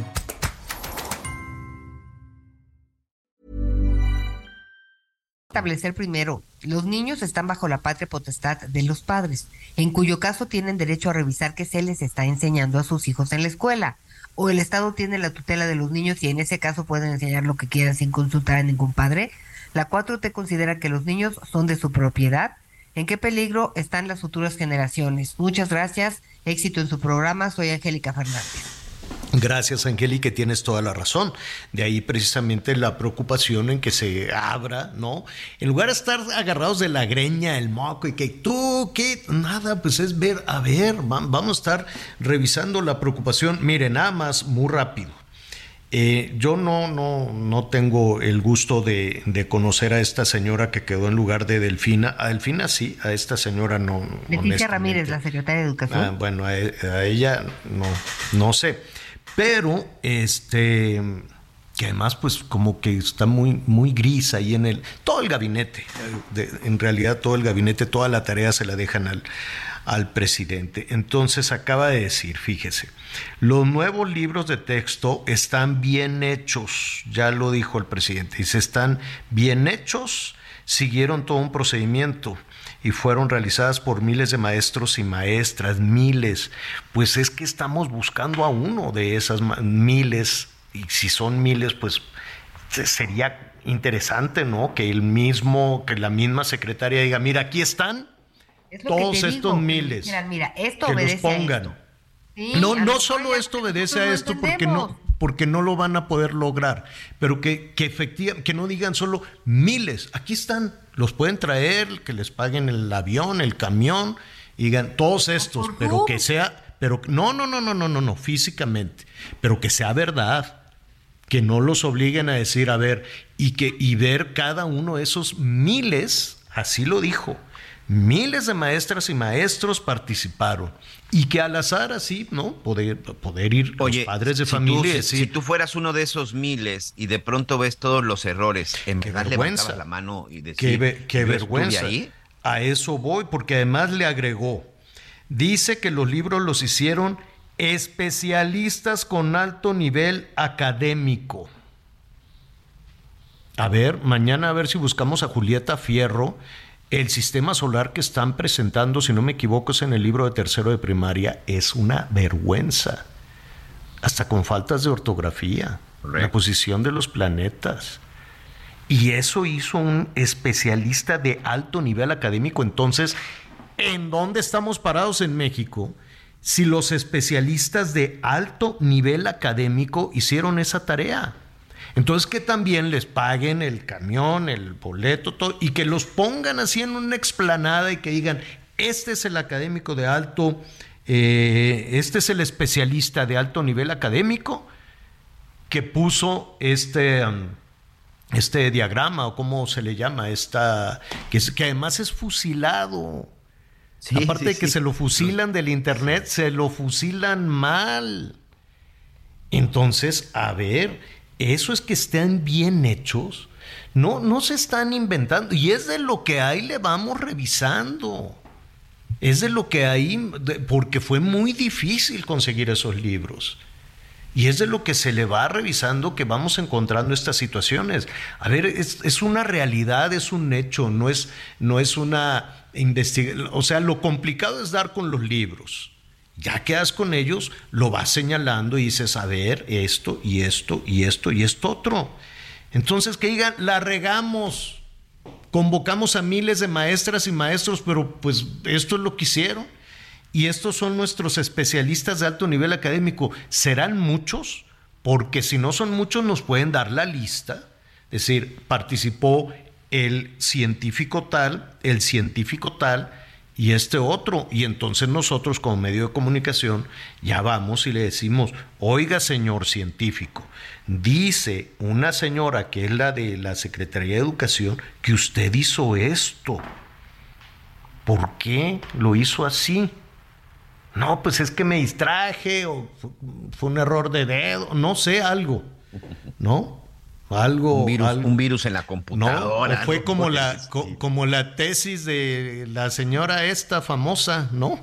Establecer primero, los niños están bajo la patria potestad de los padres, en cuyo caso tienen derecho a revisar qué se les está enseñando a sus hijos en la escuela, o el Estado tiene la tutela de los niños y en ese caso pueden enseñar lo que quieran sin consultar a ningún padre. La cuatro T considera que los niños son de su propiedad. ¿En qué peligro están las futuras generaciones? Muchas gracias, éxito en su programa, soy Angélica Fernández. Gracias, Angélica, tienes toda la razón. De ahí precisamente la preocupación en que se abra, ¿no? En lugar de estar agarrados de la greña, el moco, y que tú, ¿qué? Nada, pues es ver, a ver, vamos a estar revisando la preocupación. Miren, nada más, muy rápido. Eh, yo no, no, no tengo el gusto de, de conocer a esta señora que quedó en lugar de Delfina. A Delfina sí, a esta señora no. Leticia Ramírez, la secretaria de Educación. Ah, bueno, a, a ella no, no sé. Pero, este, que además, pues, como que está muy, muy gris ahí en el, todo el gabinete, de, en realidad todo el gabinete, toda la tarea se la dejan al, al presidente. Entonces, acaba de decir, fíjese, los nuevos libros de texto están bien hechos, ya lo dijo el presidente, dice, están bien hechos, siguieron todo un procedimiento y fueron realizadas por miles de maestros y maestras, miles. Pues es que estamos buscando a uno de esas miles, y si son miles, pues sería interesante, ¿no? Que el mismo, que la misma secretaria diga, mira, aquí están todos estos digo, miles. Mira, mira, esto que obedece los pongan. A esto. Sí, no, a no solo esto obedece a esto, porque no, porque no lo van a poder lograr, pero que, que efectivamente, que no digan solo miles, aquí están, los pueden traer, que les paguen el avión, el camión, y digan todos estos, pero que sea, pero no, no, no, no, no, no, no, físicamente, pero que sea verdad, que no los obliguen a decir, a ver, y que, y ver cada uno de esos miles, así lo dijo. Miles de maestras y maestros participaron y que al azar así, ¿no? Poder, poder ir Oye, los padres de si familia. Tú, y decir, si tú fueras uno de esos miles y de pronto ves todos los errores, en qué verdad vergüenza, levantabas la mano y decir, qué, ve, qué ¿yo vergüenza. estuve ahí? A eso voy, porque además le agregó, dice que los libros los hicieron especialistas con alto nivel académico. A ver, mañana a ver si buscamos a Julieta Fierro. El sistema solar que están presentando, si no me equivoco, es en el libro de tercero de primaria, es una vergüenza. Hasta con faltas de ortografía, correcto, la posición de los planetas. Y eso hizo un especialista de alto nivel académico. Entonces, ¿en dónde estamos parados en México si los especialistas de alto nivel académico hicieron esa tarea? Entonces, que también les paguen el camión, el boleto, todo, y que los pongan así en una explanada y que digan, este es el académico de alto, eh, este es el especialista de alto nivel académico que puso este, um, este diagrama, o cómo se le llama, esta, que, es, que además es fusilado. Sí, aparte sí, de que sí. se lo fusilan del internet, se lo fusilan mal. Entonces, a ver... Eso es que estén bien hechos, no, no se están inventando, y es de lo que hay, le vamos revisando. Es de lo que hay, porque fue muy difícil conseguir esos libros. Y es de lo que se le va revisando que vamos encontrando estas situaciones. A ver, es, es una realidad, es un hecho, no es, no es una investigación. O sea, lo complicado es dar con los libros. Ya que das con ellos, lo vas señalando y dices, a ver, esto y esto y esto y esto otro. Entonces que digan, la regamos, convocamos a miles de maestras y maestros, pero pues esto es lo que hicieron. Y estos son nuestros especialistas de alto nivel académico. ¿Serán muchos? Porque si no son muchos nos pueden dar la lista. Es decir, participó el científico tal, el científico tal y este otro. Y entonces nosotros como medio de comunicación ya vamos y le decimos, oiga señor científico, dice una señora que es la de la Secretaría de Educación que usted hizo esto. ¿Por qué lo hizo así? No, pues es que me distraje o fue un error de dedo, no sé, algo, ¿no? Algo. Un virus, algo. Un virus en la computadora. No, o fue no como la, co, como la tesis de la señora esta famosa, ¿no?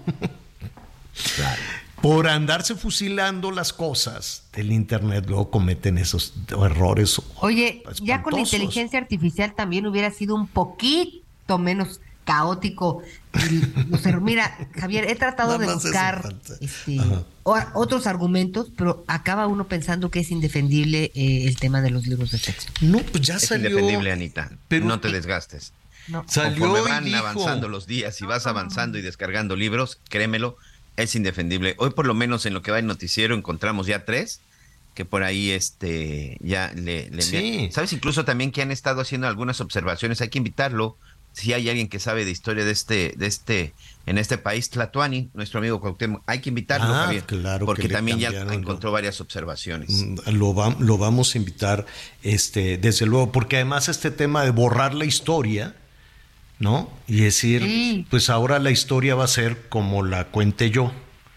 Claro. Por andarse fusilando las cosas del internet, luego cometen esos errores. Oye, ya con la inteligencia artificial también hubiera sido un poquito menos caótico. Y, o sea, mira, Javier, he tratado de buscar este, o, otros argumentos, pero acaba uno pensando que es indefendible eh, el tema de los libros de texto. No, pues ya es salió. Es indefendible, Anita. Pero, no te desgastes. No. Salió Conforme van dijo, avanzando los días y vas avanzando y descargando libros, créemelo, es indefendible. Hoy por lo menos en lo que va el noticiero encontramos ya tres que por ahí este ya le, le sí. ¿Sabes? Incluso también que han estado haciendo algunas observaciones, hay que invitarlo. Si hay alguien que sabe de historia de este, de este, en este país, Tlatuani, nuestro amigo Cuauhtémoc, hay que invitarlo, ah, Javier, claro, porque también ya lo, encontró varias observaciones. Lo, va, lo vamos a invitar, este, desde luego, porque además este tema de borrar la historia, ¿no? Y decir, sí. pues ahora la historia va a ser como la cuente yo.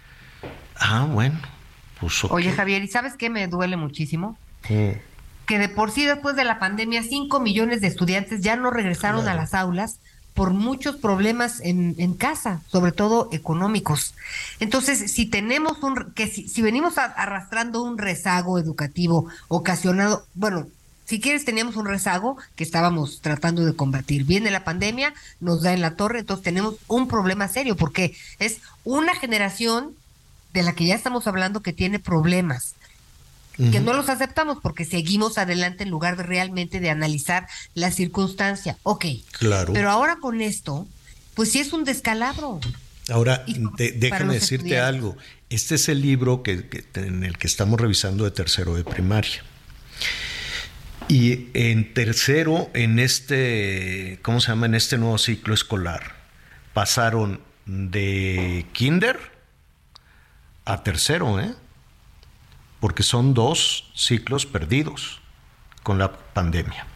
Ah, bueno, pues okay. Oye, Javier, ¿y sabes qué me duele muchísimo? Mm. Que de por sí después de la pandemia cinco millones de estudiantes ya no regresaron claro. a las aulas por muchos problemas en, en casa, sobre todo económicos. Entonces, si tenemos un, que si, si venimos a, arrastrando un rezago educativo ocasionado, bueno, si quieres teníamos un rezago que estábamos tratando de combatir. Viene la pandemia, nos da en la torre, entonces tenemos un problema serio, porque es una generación de la que ya estamos hablando que tiene problemas. Que no los aceptamos porque seguimos adelante en lugar de realmente de analizar la circunstancia. Ok, claro. Pero ahora con esto, pues sí es un descalabro. Ahora, de, déjame decirte algo. Este es el libro que, que, en el que estamos revisando de tercero de primaria. Y en tercero, en este, ¿cómo se llama? En este nuevo ciclo escolar, pasaron de kinder a tercero, ¿eh? Porque son dos ciclos perdidos con la pandemia.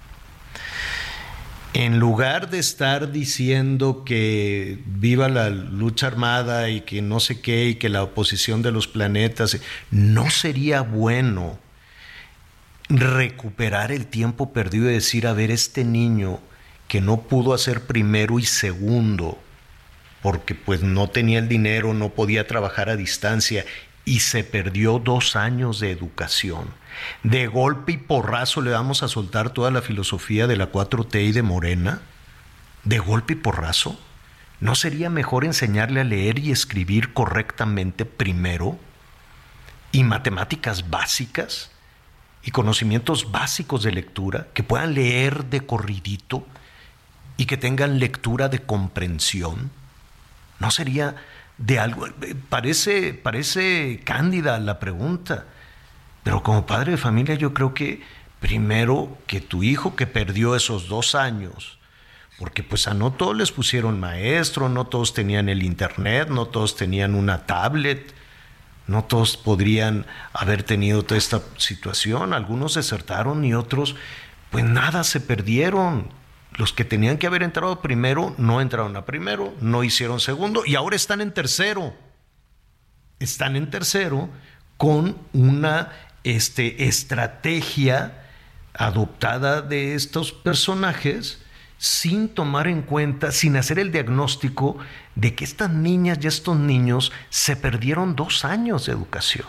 En lugar de estar diciendo que viva la lucha armada y que no sé qué y que la oposición de los planetas, ¿no sería bueno recuperar el tiempo perdido y decir, a ver, este niño que no pudo hacer primero y segundo porque pues no tenía el dinero, no podía trabajar a distancia y se perdió dos años de educación? De golpe y porrazo le vamos a soltar toda la filosofía de la cuatro T y de Morena. De golpe y porrazo. ¿No sería mejor enseñarle a leer y escribir correctamente primero? Y matemáticas básicas y conocimientos básicos de lectura, que puedan leer de corridito y que tengan lectura de comprensión. ¿No sería de algo? Parece, parece cándida la pregunta, pero como padre de familia yo creo que primero que tu hijo que perdió esos dos años, porque pues a no todos les pusieron maestro, no todos tenían el internet, no todos tenían una tablet, no todos podrían haber tenido toda esta situación, algunos desertaron y otros pues nada, se perdieron. Los que tenían que haber entrado primero no entraron a primero, no hicieron segundo y ahora están en tercero. Están en tercero con una este, estrategia adoptada de estos personajes sin tomar en cuenta, sin hacer el diagnóstico de que estas niñas y estos niños se perdieron dos años de educación.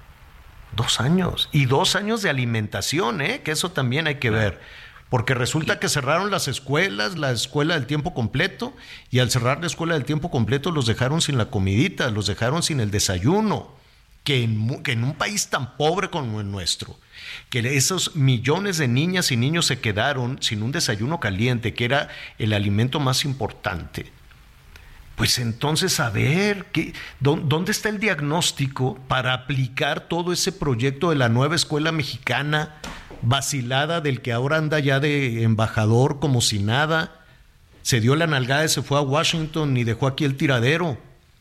Dos años. Y dos años de alimentación, ¿eh? Que eso también hay que ver. Porque resulta que cerraron las escuelas, la escuela del tiempo completo, y al cerrar la escuela del tiempo completo los dejaron sin la comidita, los dejaron sin el desayuno. Que en, que en un país tan pobre como el nuestro, que esos millones de niñas y niños se quedaron sin un desayuno caliente, que era el alimento más importante. Pues entonces, a ver, ¿qué, ¿dónde está el diagnóstico para aplicar todo ese proyecto de la nueva escuela mexicana vacilada del que ahora anda ya de embajador como si nada? Se dio la nalgada y se fue a Washington y dejó aquí el tiradero.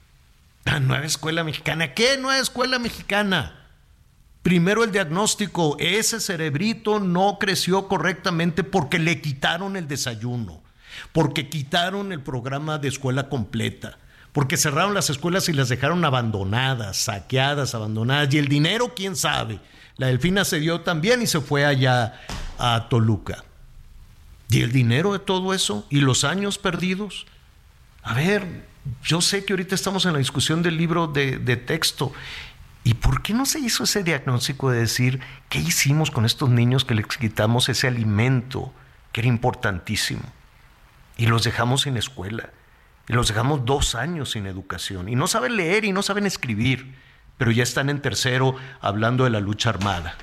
La nueva escuela mexicana. ¿Qué nueva escuela mexicana? Primero el diagnóstico. Ese cerebrito no creció correctamente porque le quitaron el desayuno, porque quitaron el programa de escuela completa, porque cerraron las escuelas y las dejaron abandonadas, saqueadas, abandonadas. Y el dinero, quién sabe. La Delfina se dio también y se fue allá a Toluca. ¿Y el dinero de todo eso? ¿Y los años perdidos? A ver, yo sé que ahorita estamos en la discusión del libro de, de texto. ¿Y por qué no se hizo ese diagnóstico de decir qué hicimos con estos niños que les quitamos ese alimento que era importantísimo? Y los dejamos sin escuela. Y los dejamos dos años sin educación. Y no saben leer y no saben escribir. Pero ya están en tercero hablando de la lucha armada.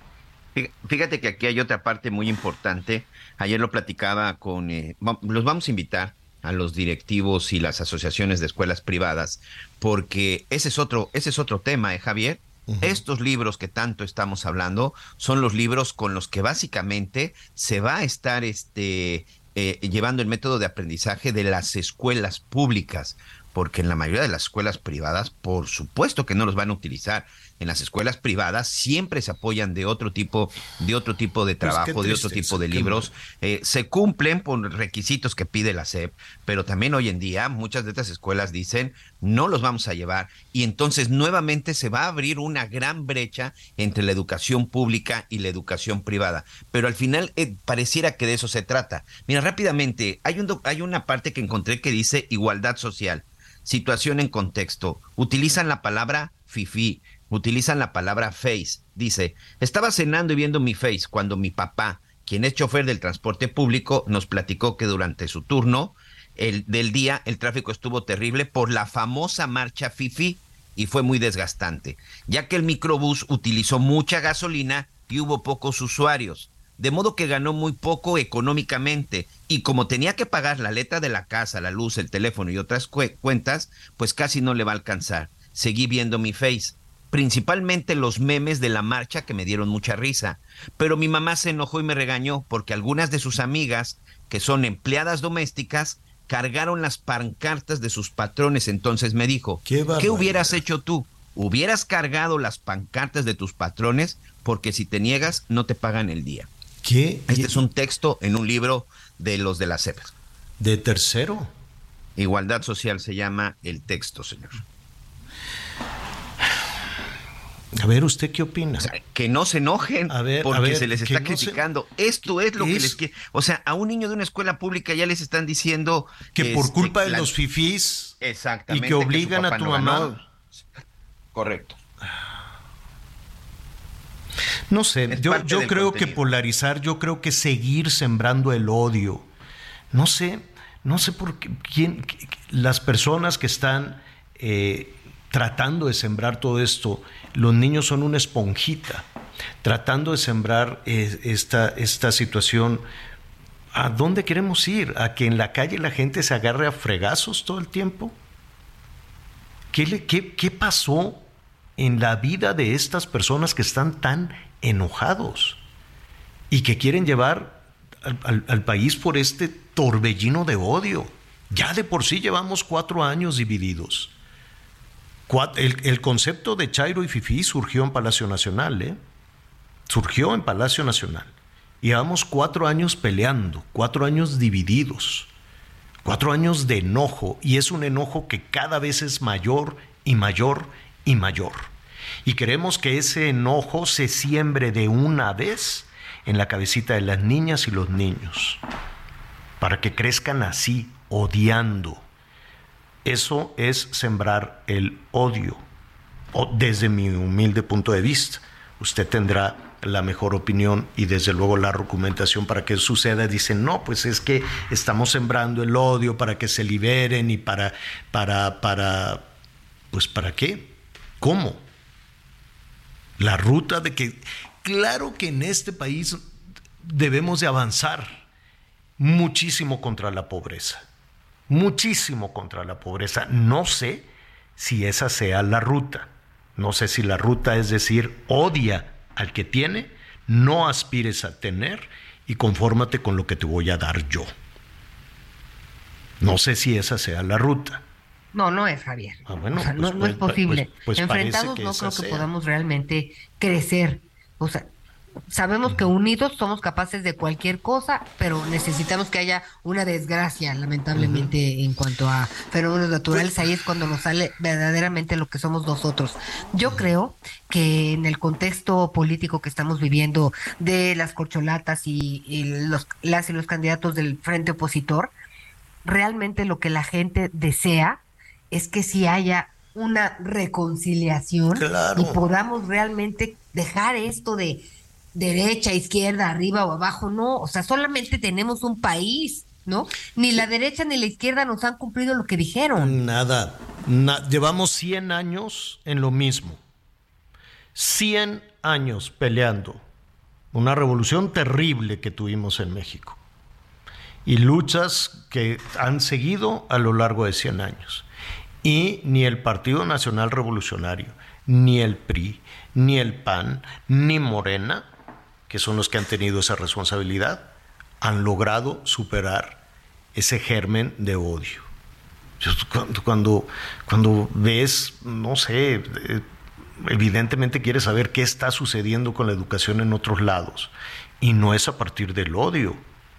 Fíjate que aquí hay otra parte muy importante. Ayer lo platicaba con... Eh, los vamos a invitar a los directivos y las asociaciones de escuelas privadas, porque ese es otro, ese es otro tema, ¿eh, Javier? Uh-huh. Estos libros que tanto estamos hablando son los libros con los que básicamente se va a estar este, eh, llevando el método de aprendizaje de las escuelas públicas, porque en la mayoría de las escuelas privadas, por supuesto que no los van a utilizar. En las escuelas privadas siempre se apoyan de otro tipo, de otro tipo de trabajo, pues de otro tipo de libros. Eh, se cumplen por requisitos que pide la S E P, pero también hoy en día muchas de estas escuelas dicen no los vamos a llevar, y entonces nuevamente se va a abrir una gran brecha entre la educación pública y la educación privada. Pero al final eh, pareciera que de eso se trata. Mira, rápidamente, hay, un, hay una parte que encontré que dice igualdad social. Situación en contexto. Utilizan la palabra fifí, utilizan la palabra face. Dice, estaba cenando y viendo mi face cuando mi papá, quien es chofer del transporte público, nos platicó que durante su turno el, del día el tráfico estuvo terrible por la famosa marcha fifí y fue muy desgastante, ya que el microbús utilizó mucha gasolina y hubo pocos usuarios. De modo que ganó muy poco económicamente, y como tenía que pagar la letra de la casa, la luz, el teléfono y otras cu- cuentas, pues casi no le va a alcanzar. Seguí viendo mi face, principalmente los memes de la marcha que me dieron mucha risa, pero mi mamá se enojó y me regañó porque algunas de sus amigas, que son empleadas domésticas, cargaron las pancartas de sus patrones. Entonces me dijo, ¿qué, ¿qué hubieras hecho tú? ¿Hubieras cargado las pancartas de tus patrones? Porque si te niegas, no te pagan el día. ¿Qué? Este es un texto en un libro de los de la S E P. ¿De tercero? Igualdad social se llama el texto, señor. A ver, ¿usted qué opina? O sea, que no se enojen a ver, porque a ver, se les está criticando. No se... Esto es lo es... que les quiere. O sea, a un niño de una escuela pública ya les están diciendo que este, por culpa de la... los fifís. Exactamente. Y que obligan que a tu no mamá. Ganó. Correcto. No sé, yo, yo creo contenido. que polarizar, yo creo que seguir sembrando el odio. No sé, no sé por qué quién, las personas que están eh, tratando de sembrar todo esto, los niños son una esponjita, tratando de sembrar eh, esta, esta situación. ¿A dónde queremos ir? ¿A que en la calle la gente se agarre a fregazos todo el tiempo? ¿Qué, le, qué, qué pasó en la vida de estas personas que están tan enojados y que quieren llevar al, al, al país por este torbellino de odio? Ya de por sí llevamos cuatro años divididos. Cuatro, el, el concepto de Chairo y Fifí surgió en Palacio Nacional, ¿eh? Surgió en Palacio Nacional. Llevamos cuatro años peleando, cuatro años divididos, cuatro años de enojo, y es un enojo que cada vez es mayor y mayor y mayor. Y queremos que ese enojo se siembre de una vez en la cabecita de las niñas y los niños. para que crezcan así, odiando. Eso es sembrar el odio, o desde mi humilde punto de vista. Usted tendrá la mejor opinión y desde luego la argumentación para que eso suceda. Dicen, no, pues es que estamos sembrando el odio para que se liberen y para, para, para, pues ¿para qué? ¿Cómo? La ruta de que, claro que en este país debemos de avanzar muchísimo contra la pobreza, muchísimo contra la pobreza. No sé si esa sea la ruta, no sé si la ruta es decir, odia al que tiene, no aspires a tener y confórmate con lo que te voy a dar yo. No sé si esa sea la ruta. No, no es, Javier. Ah, bueno, o sea, pues, no, no pues, es posible. Pues, pues Enfrentados que no creo que sea. podamos realmente crecer. O sea, sabemos que unidos somos capaces de cualquier cosa, pero necesitamos que haya una desgracia, lamentablemente, uh-huh. en cuanto a fenómenos naturales. Pues, ahí es cuando nos sale verdaderamente lo que somos nosotros. Yo uh-huh. creo que en el contexto político que estamos viviendo de las corcholatas y, y los, las y los candidatos del frente opositor, realmente lo que la gente desea es que sí haya una reconciliación, claro, y podamos realmente dejar esto de derecha, izquierda, arriba o abajo. No, o sea, solamente tenemos un país, ¿no? Ni la derecha ni la izquierda nos han cumplido lo que dijeron. Nada, na- llevamos cien años en lo mismo, cien años peleando, una revolución terrible que tuvimos en México y luchas que han seguido a lo largo de cien años. Y ni el Partido Nacional Revolucionario, ni el P R I, ni el P A N, ni Morena, que son los que han tenido esa responsabilidad, han logrado superar ese germen de odio. Cuando, cuando, cuando ves, no sé, evidentemente quieres saber qué está sucediendo con la educación en otros lados, y no es a partir del odio.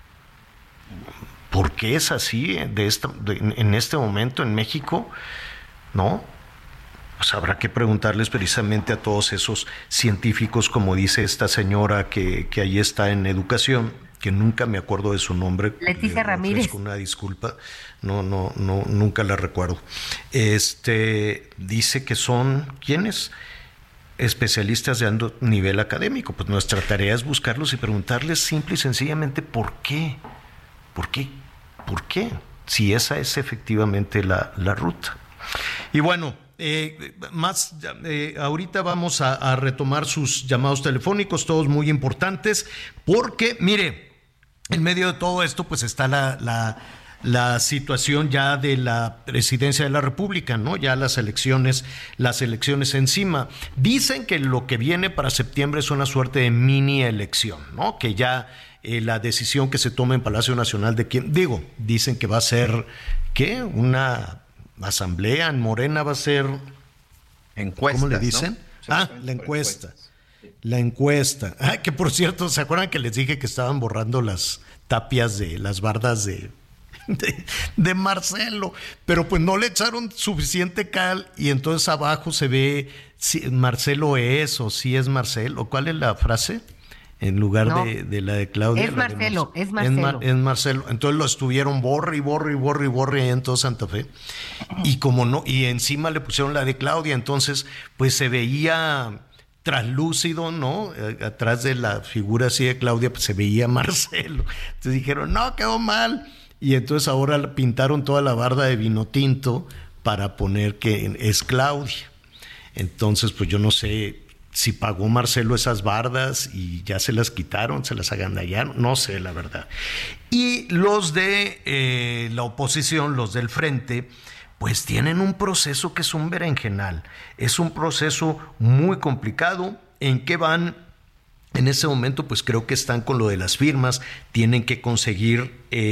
¿Por qué es así de esta, de, en este momento en México? ¿No? Pues habrá que preguntarles precisamente a todos esos científicos, como dice esta señora que, que ahí está en educación, que nunca me acuerdo de su nombre. Leticia Ramírez. Una disculpa, no, no, no, nunca la recuerdo. Este dice que son, ¿quiénes? Especialistas de alto nivel académico. Pues nuestra tarea es buscarlos y preguntarles simple y sencillamente por qué. ¿Por qué? ¿Por qué? Si esa es efectivamente la, la ruta. Y bueno, eh, más eh, ahorita vamos a, a retomar sus llamados telefónicos, todos muy importantes, porque, mire, en medio de todo esto, pues está la, la, la situación ya de la presidencia de la República, ¿no? Ya las elecciones, las elecciones encima. Dicen que lo que viene para septiembre es una suerte de mini elección, ¿no? Que ya Eh, la decisión que se toma en Palacio Nacional de quién, digo, dicen que va a ser, ¿qué? Una asamblea en Morena, va a ser, encuestas, ¿cómo le dicen? ¿No? Ah, la encuesta, la encuesta. Ah, que por cierto, ¿se acuerdan que les dije que estaban borrando las tapias de las bardas de, de, de Marcelo? Pero pues no le echaron suficiente cal y entonces abajo se ve si Marcelo es o si es Marcelo. ¿Cuál es la frase? En lugar no, de, de la de Claudia. Es Marcelo, de es Marcelo. Es, Mar, es Marcelo. Entonces lo estuvieron borre y borre y borre y borre ahí en todo Santa Fe. Y como no, y encima le pusieron la de Claudia, entonces pues se veía translúcido, ¿no? Atrás de la figura así de Claudia, pues se veía Marcelo. Entonces dijeron, no, quedó mal. Y entonces ahora pintaron toda la barda de vino tinto para poner que es Claudia. Entonces, pues yo no sé si pagó Marcelo esas bardas y ya se las quitaron, se las agandallaron, no sé la verdad. Y los de eh, la oposición, los del frente, pues tienen un proceso que es un berenjenal, es un proceso muy complicado en que van, en ese momento pues creo que están con lo de las firmas, tienen que conseguir,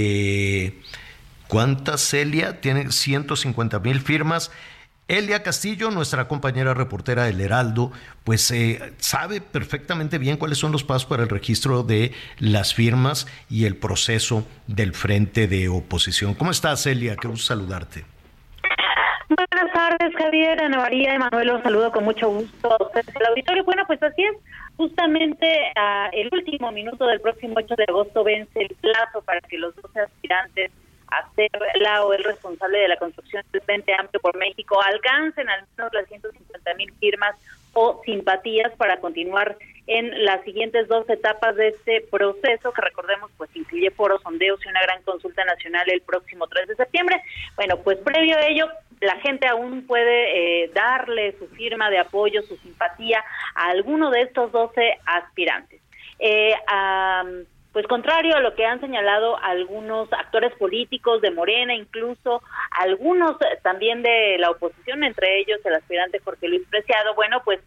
eh, ¿cuántas, Celia? Tienen ciento cincuenta mil firmas. Elia Castillo, nuestra compañera reportera del Heraldo, pues eh, sabe perfectamente bien cuáles son los pasos para el registro de las firmas y el proceso del frente de oposición. ¿Cómo estás, Elia? Qué gusto saludarte. Buenas tardes, Javier, Ana María, Emanuel, los saludo con mucho gusto a ustedes en el auditorio. Bueno, pues así es, justamente uh, el último minuto del próximo ocho de agosto vence el plazo para que los doce aspirantes a ser la o el responsable de la construcción del Frente Amplio por México alcancen al menos las ciento cincuenta mil firmas o simpatías para continuar en las siguientes dos etapas de este proceso, que recordemos pues incluye foros, sondeos y una gran consulta nacional el próximo tres de septiembre. Bueno, pues previo a ello, la gente aún puede eh, darle su firma de apoyo, su simpatía a alguno de estos doce aspirantes. Eh, um, Pues contrario a lo que han señalado algunos actores políticos de Morena, incluso algunos también de la oposición, entre ellos el aspirante Jorge Luis Preciado, bueno, pues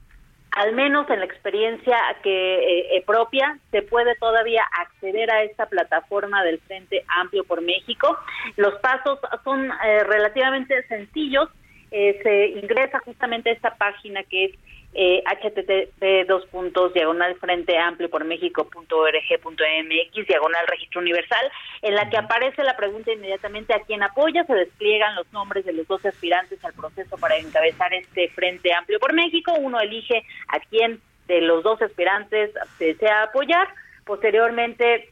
al menos en la experiencia que eh, propia, se puede todavía acceder a esta plataforma del Frente Amplio por México. Los pasos son eh, relativamente sencillos. Eh, se ingresa justamente a esta página que es Eh, http dos puntos diagonal frente amplio por México punto org punto mx diagonal registro universal, en la que aparece la pregunta inmediatamente a quién apoya. Se despliegan los nombres de los doce aspirantes al proceso para encabezar este Frente Amplio por México. Uno elige a quién de los doce aspirantes desea apoyar. Posteriormente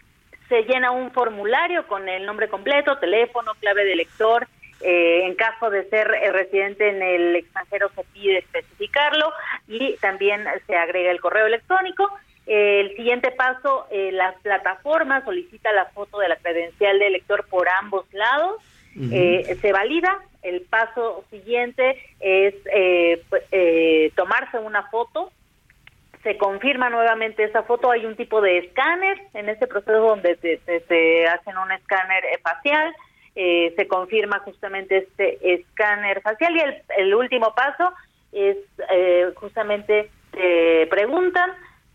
se llena un formulario con el nombre completo, teléfono, clave de elector. Eh, en caso de ser eh, residente en el extranjero se pide especificarlo y también se agrega el correo electrónico. Eh, el siguiente paso, eh, la plataforma solicita la foto de la credencial de elector por ambos lados. Uh-huh. eh, se valida. El paso siguiente es eh, eh, tomarse una foto. Se confirma nuevamente esa foto. Hay un tipo de escáner en este proceso donde te, te, te hacen un escáner eh, facial. Eh, se confirma justamente este escáner facial y el, el último paso es eh, justamente te preguntan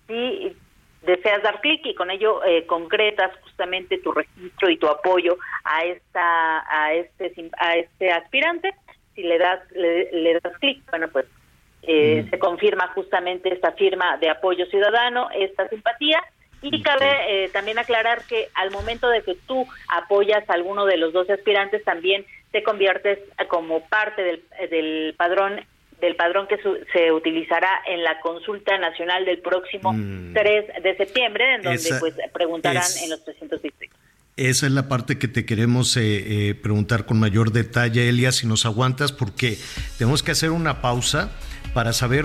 si deseas dar clic y con ello eh, concretas justamente tu registro y tu apoyo a esta a este a este aspirante. Si le das le, le das clic, bueno, pues eh, mm. se confirma justamente esta firma de apoyo ciudadano, esta simpatía. Y cabe eh, también aclarar que al momento de que tú apoyas a alguno de los doce aspirantes, también te conviertes como parte del, del padrón del padrón que su, se utilizará en la consulta nacional del próximo mm. tres de septiembre, en donde Esa pues preguntarán es... en los trescientos distritos. Esa es la parte que te queremos eh, eh, preguntar con mayor detalle, Elia, si nos aguantas, porque tenemos que hacer una pausa para saber.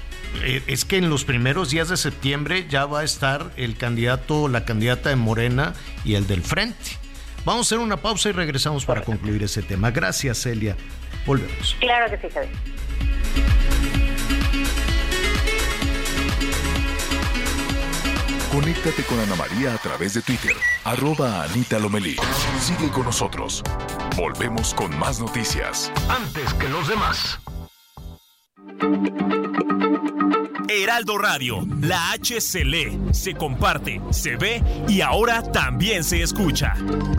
Es que en los primeros días de septiembre ya va a estar el candidato, la candidata de Morena y el del Frente. Vamos a hacer una pausa y regresamos para concluir ese tema. Gracias, Elia. Volvemos. Claro que sí, Javier. Conéctate con Ana María a través de Twitter, arroba Anita Lomelí. Sigue con nosotros. Volvemos con más noticias. Antes que los demás. Heraldo Radio, la H se lee, se comparte, se ve y ahora también se escucha.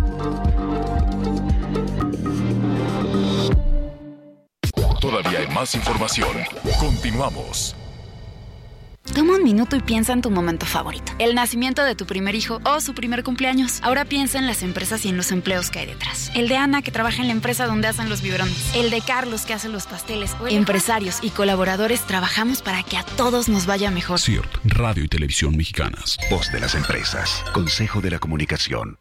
Todavía hay más información. Continuamos. Toma un minuto y piensa en tu momento favorito. El nacimiento de tu primer hijo o su primer cumpleaños. Ahora piensa en las empresas y en los empleos que hay detrás. El de Ana, que trabaja en la empresa donde hacen los biberones. El de Carlos, que hace los pasteles. Empresarios y colaboradores trabajamos para que a todos nos vaya mejor. C I R T, Radio y Televisión Mexicanas. Voz de las empresas. Consejo de la Comunicación.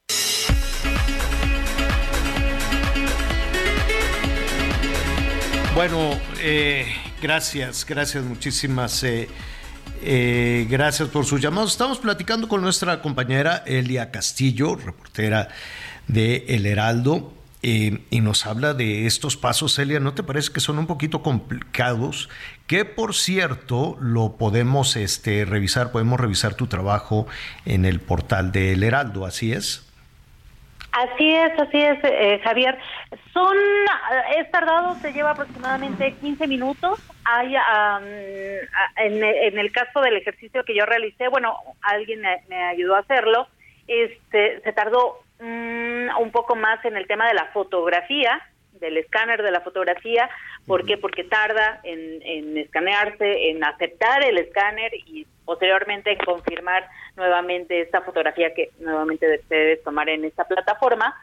Bueno, eh, gracias, gracias, muchísimas eh, eh, gracias por sus llamados. Estamos platicando con nuestra compañera Elia Castillo, reportera de El Heraldo, eh, y nos habla de estos pasos. Elia, ¿no te parece que son un poquito complicados? Que, por cierto, lo podemos este, revisar, podemos revisar tu trabajo en el portal de El Heraldo, ¿así es? Así es, así es, eh, Javier. Son, es tardado, se lleva aproximadamente quince minutos. Hay, um, en, en el caso del ejercicio que yo realicé, bueno, alguien me, me ayudó a hacerlo, este, se tardó um, un poco más en el tema de la fotografía, del escáner de la fotografía. ¿Por qué? Porque tarda en, en escanearse, en aceptar el escáner y posteriormente en confirmar nuevamente esta fotografía que nuevamente debes tomar en esta plataforma.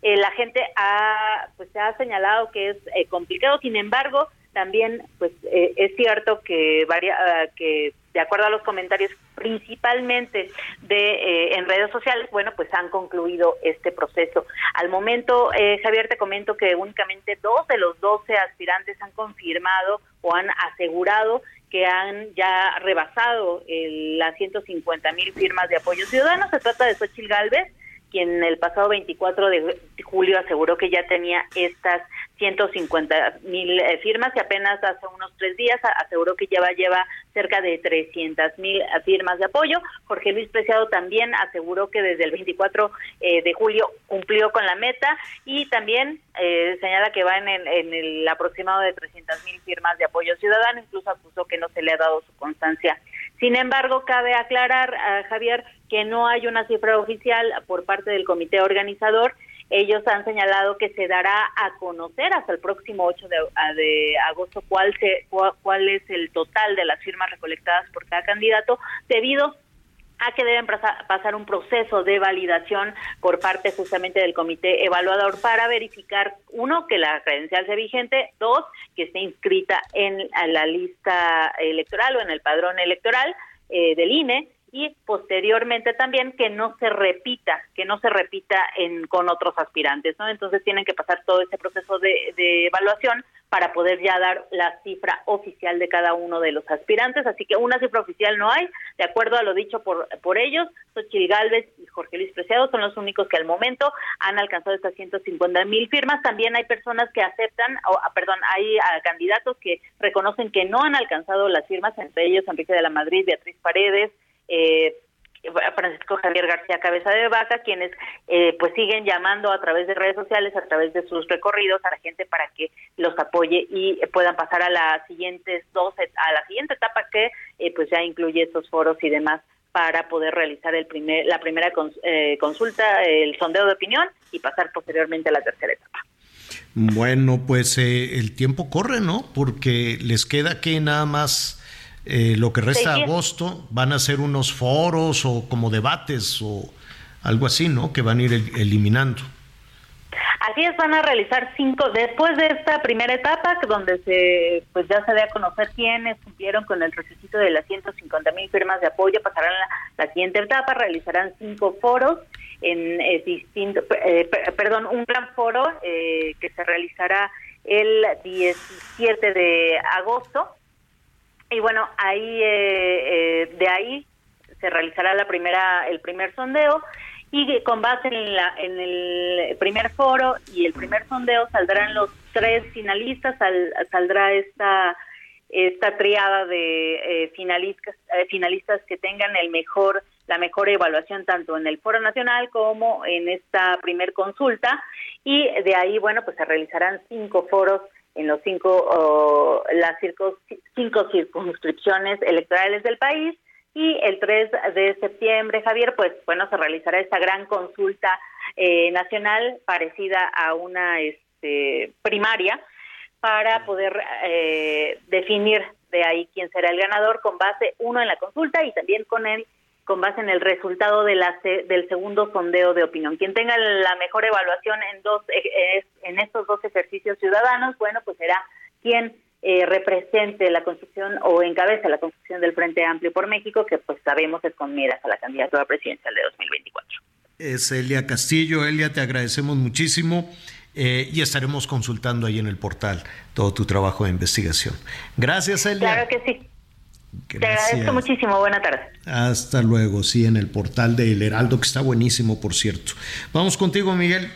eh, la gente ha, pues, se ha señalado que es eh, complicado. Sin embargo, también pues eh, es cierto que, varia, uh, que de acuerdo a los comentarios principalmente de eh, en redes sociales, bueno, pues han concluido este proceso. Al momento, eh, Javier, te comento que únicamente dos de los doce aspirantes han confirmado o han asegurado que han ya rebasado el, las ciento cincuenta mil firmas de apoyo ciudadano. Se trata de Xóchitl Gálvez, quien el pasado veinticuatro de julio aseguró que ya tenía estas ciento cincuenta mil eh, firmas, y apenas hace unos tres días aseguró que ya lleva cerca de trescientas mil firmas de apoyo. Jorge Luis Preciado también aseguró que desde el veinticuatro eh, de julio cumplió con la meta, y también eh, señala que va en el, en el aproximado de trescientas mil firmas de apoyo ciudadano. Incluso acusó que no se le ha dado su constancia. Sin embargo, cabe aclarar, uh, Javier, que no hay una cifra oficial por parte del comité organizador. Ellos han señalado que se dará a conocer hasta el próximo ocho de, de agosto cuál, se, cuál, cuál es el total de las firmas recolectadas por cada candidato, debido a que deben pasar un proceso de validación por parte justamente del comité evaluador para verificar, uno, que la credencial sea vigente, dos, que esté inscrita en la lista electoral o en el padrón electoral eh, del I N E, y posteriormente también que no se repita, que no se repita en con otros aspirantes, ¿no? Entonces tienen que pasar todo ese proceso de, de evaluación para poder ya dar la cifra oficial de cada uno de los aspirantes. Así que una cifra oficial no hay, de acuerdo a lo dicho por por ellos. Xóchitl Gálvez y Jorge Luis Preciado son los únicos que al momento han alcanzado estas ciento cincuenta mil firmas. También hay personas que aceptan, o perdón, hay uh, candidatos que reconocen que no han alcanzado las firmas, entre ellos Enrique de la Madrid, Beatriz Paredes, eh, Francisco Javier García Cabeza de Vaca, quienes eh, pues siguen llamando a través de redes sociales, a través de sus recorridos a la gente para que los apoye y puedan pasar a las siguientes dos, a la siguiente etapa que eh, pues ya incluye estos foros y demás, para poder realizar el primer, la primera cons, eh, consulta, el sondeo de opinión, y pasar posteriormente a la tercera etapa. Bueno, pues eh, el tiempo corre, ¿no? Porque les queda que nada más eh, lo que resta de agosto van a ser unos foros o como debates o algo así, ¿no? Que van a ir el, eliminando. Así es, van a realizar cinco, después de esta primera etapa, donde se pues ya se dé a conocer quiénes cumplieron con el requisito de las ciento cincuenta mil firmas de apoyo, pasarán a la, la siguiente etapa, realizarán cinco foros en eh, distinto, eh, perdón, un gran foro eh, que se realizará el diecisiete de agosto, y bueno, ahí eh, eh, de ahí se realizará la primera, el primer sondeo. Y con base en, la, en el primer foro y el primer sondeo saldrán los tres finalistas, sal, saldrá esta esta triada de eh, finalistas eh, finalistas que tengan el mejor la mejor evaluación tanto en el foro nacional como en esta primer consulta, y de ahí bueno pues se realizarán cinco foros en los cinco oh, las circos, cinco circunscripciones electorales del país. Y el tres de septiembre, Javier, pues bueno, se realizará esta gran consulta eh, nacional parecida a una este, primaria para poder eh, definir de ahí quién será el ganador, con base, uno, en la consulta, y también con el con base en el resultado de la del segundo sondeo de opinión. Quien tenga la mejor evaluación en dos eh, en estos dos ejercicios ciudadanos, bueno, pues será quien Eh, represente la construcción o encabeza la construcción del Frente Amplio por México, que pues sabemos es con miras a la candidatura presidencial de dos mil veinticuatro. Es Elia Castillo. Elia, te agradecemos muchísimo eh, y estaremos consultando ahí en el portal todo tu trabajo de investigación. Gracias, Elia. Claro que sí. Gracias. Te agradezco muchísimo. Buena tarde. Hasta luego. Sí, en el portal de El Heraldo, que está buenísimo, por cierto. Vamos contigo, Miguel.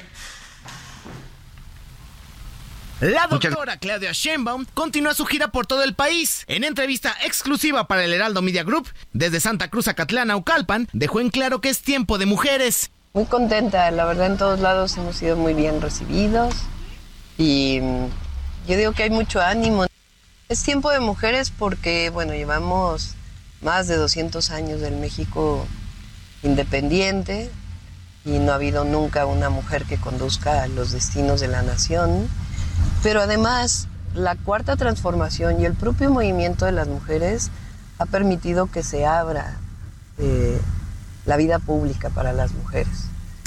La doctora Claudia Sheinbaum continúa su gira por todo el país. En entrevista exclusiva para el Heraldo Media Group, desde Santa Cruz, Acatlán, Naucalpan, dejó en claro que es tiempo de mujeres. Muy contenta, la verdad en todos lados hemos sido muy bien recibidos y yo digo que hay mucho ánimo. Es tiempo de mujeres porque, bueno, llevamos más de doscientos años del México independiente y no ha habido nunca una mujer que conduzca los destinos de la nación. Pero además, la cuarta transformación y el propio movimiento de las mujeres ha permitido que se abra eh, la vida pública para las mujeres.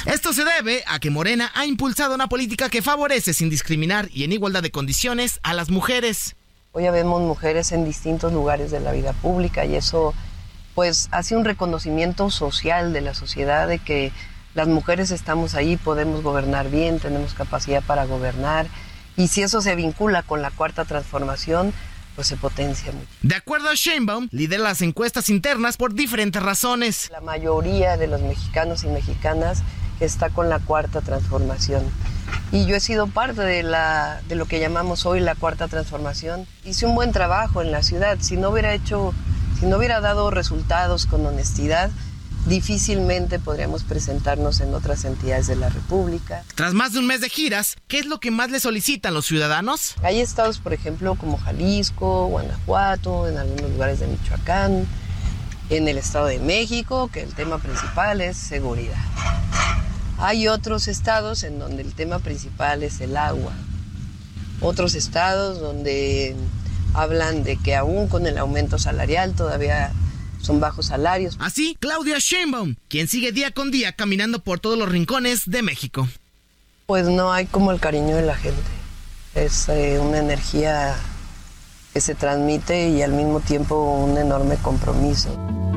Esto se debe a que Morena ha impulsado una política que favorece sin discriminar y en igualdad de condiciones a las mujeres. Hoy ya vemos mujeres en distintos lugares de la vida pública y eso pues hace un reconocimiento social de la sociedad de que las mujeres estamos ahí, podemos gobernar bien, tenemos capacidad para gobernar y si eso se vincula con la cuarta transformación, pues se potencia mucho. De acuerdo a Sheinbaum, lidera las encuestas internas por diferentes razones. La mayoría de los mexicanos y mexicanas está con la cuarta transformación. Y yo he sido parte de, la, de lo que llamamos hoy la cuarta transformación. Hice un buen trabajo en la ciudad. Si no hubiera hecho, si no hubiera dado resultados con honestidad, difícilmente podríamos presentarnos en otras entidades de la República. Tras más de un mes de giras, ¿qué es lo que más le solicitan los ciudadanos? Hay estados, por ejemplo, como Jalisco, Guanajuato, en algunos lugares de Michoacán, en el Estado de México, que el tema principal es seguridad. Hay otros estados en donde el tema principal es el agua. Otros estados donde hablan de que aún con el aumento salarial todavía son bajos salarios. Así, Claudia Sheinbaum, quien sigue día con día caminando por todos los rincones de México. Pues no hay como el cariño de la gente. Es eh, una energía que se transmite y al mismo tiempo un enorme compromiso.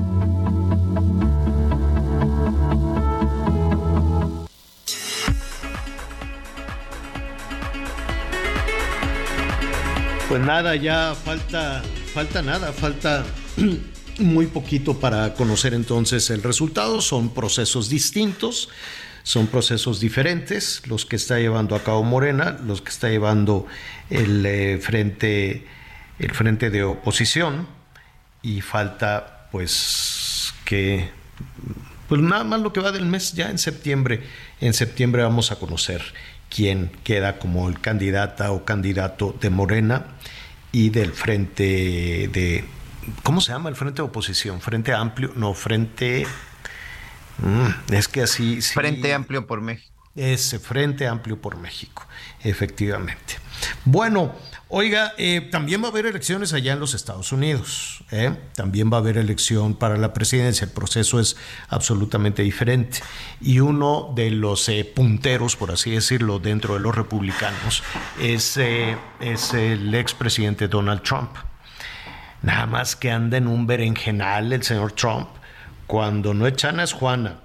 Pues nada, ya falta, falta nada, falta muy poquito para conocer entonces el resultado. Son procesos distintos, son procesos diferentes, los que está llevando a cabo Morena, los que está llevando el eh, frente, el frente de oposición, y falta pues que, pues nada más lo que va del mes, ya en septiembre, en septiembre vamos a conocer quién queda como el candidata o candidato de Morena y del frente de, ¿cómo se llama el frente de oposición? Frente Amplio, no, frente, mm, es que así... Sí, Frente Amplio por México. Ese, Frente Amplio por México, efectivamente. Bueno, oiga, eh, también va a haber elecciones allá en los Estados Unidos, ¿eh? También va a haber elección para la presidencia, el proceso es absolutamente diferente. Y uno de los eh, punteros, por así decirlo, dentro de los republicanos es, eh, es el expresidente Donald Trump. Nada más que anda en un berenjenal el señor Trump, cuando no es Chana es Juana,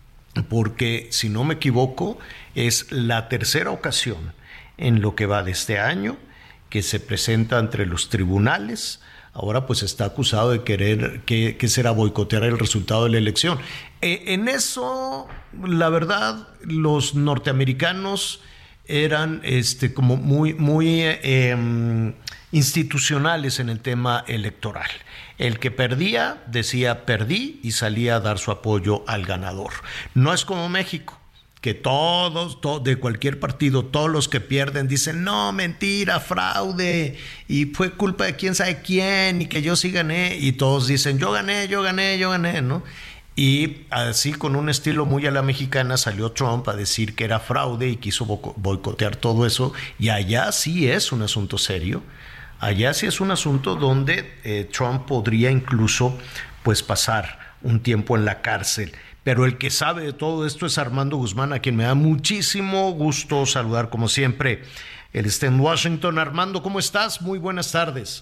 porque si no me equivoco es la tercera ocasión en lo que va de este año que se presenta entre los tribunales. Ahora pues está acusado de querer que, que será boicotear el resultado de la elección. Eh, en eso, la verdad, los norteamericanos eran este, como muy, muy eh, institucionales en el tema electoral. El que perdía decía perdí y salía a dar su apoyo al ganador. No es como México, que todos, to, de cualquier partido, todos los que pierden dicen no, mentira, fraude, y fue culpa de quién sabe quién, y que yo sí gané, y todos dicen yo gané, yo gané, yo gané, ¿no? Y así, con un estilo muy a la mexicana, salió Trump a decir que era fraude y quiso boicotear todo eso, y allá sí es un asunto serio. Allá sí es un asunto donde eh, Trump podría incluso pues pasar un tiempo en la cárcel. Pero el que sabe de todo esto es Armando Guzmán, a quien me da muchísimo gusto saludar como siempre. Él está en Washington. Armando, ¿cómo estás? Muy buenas tardes.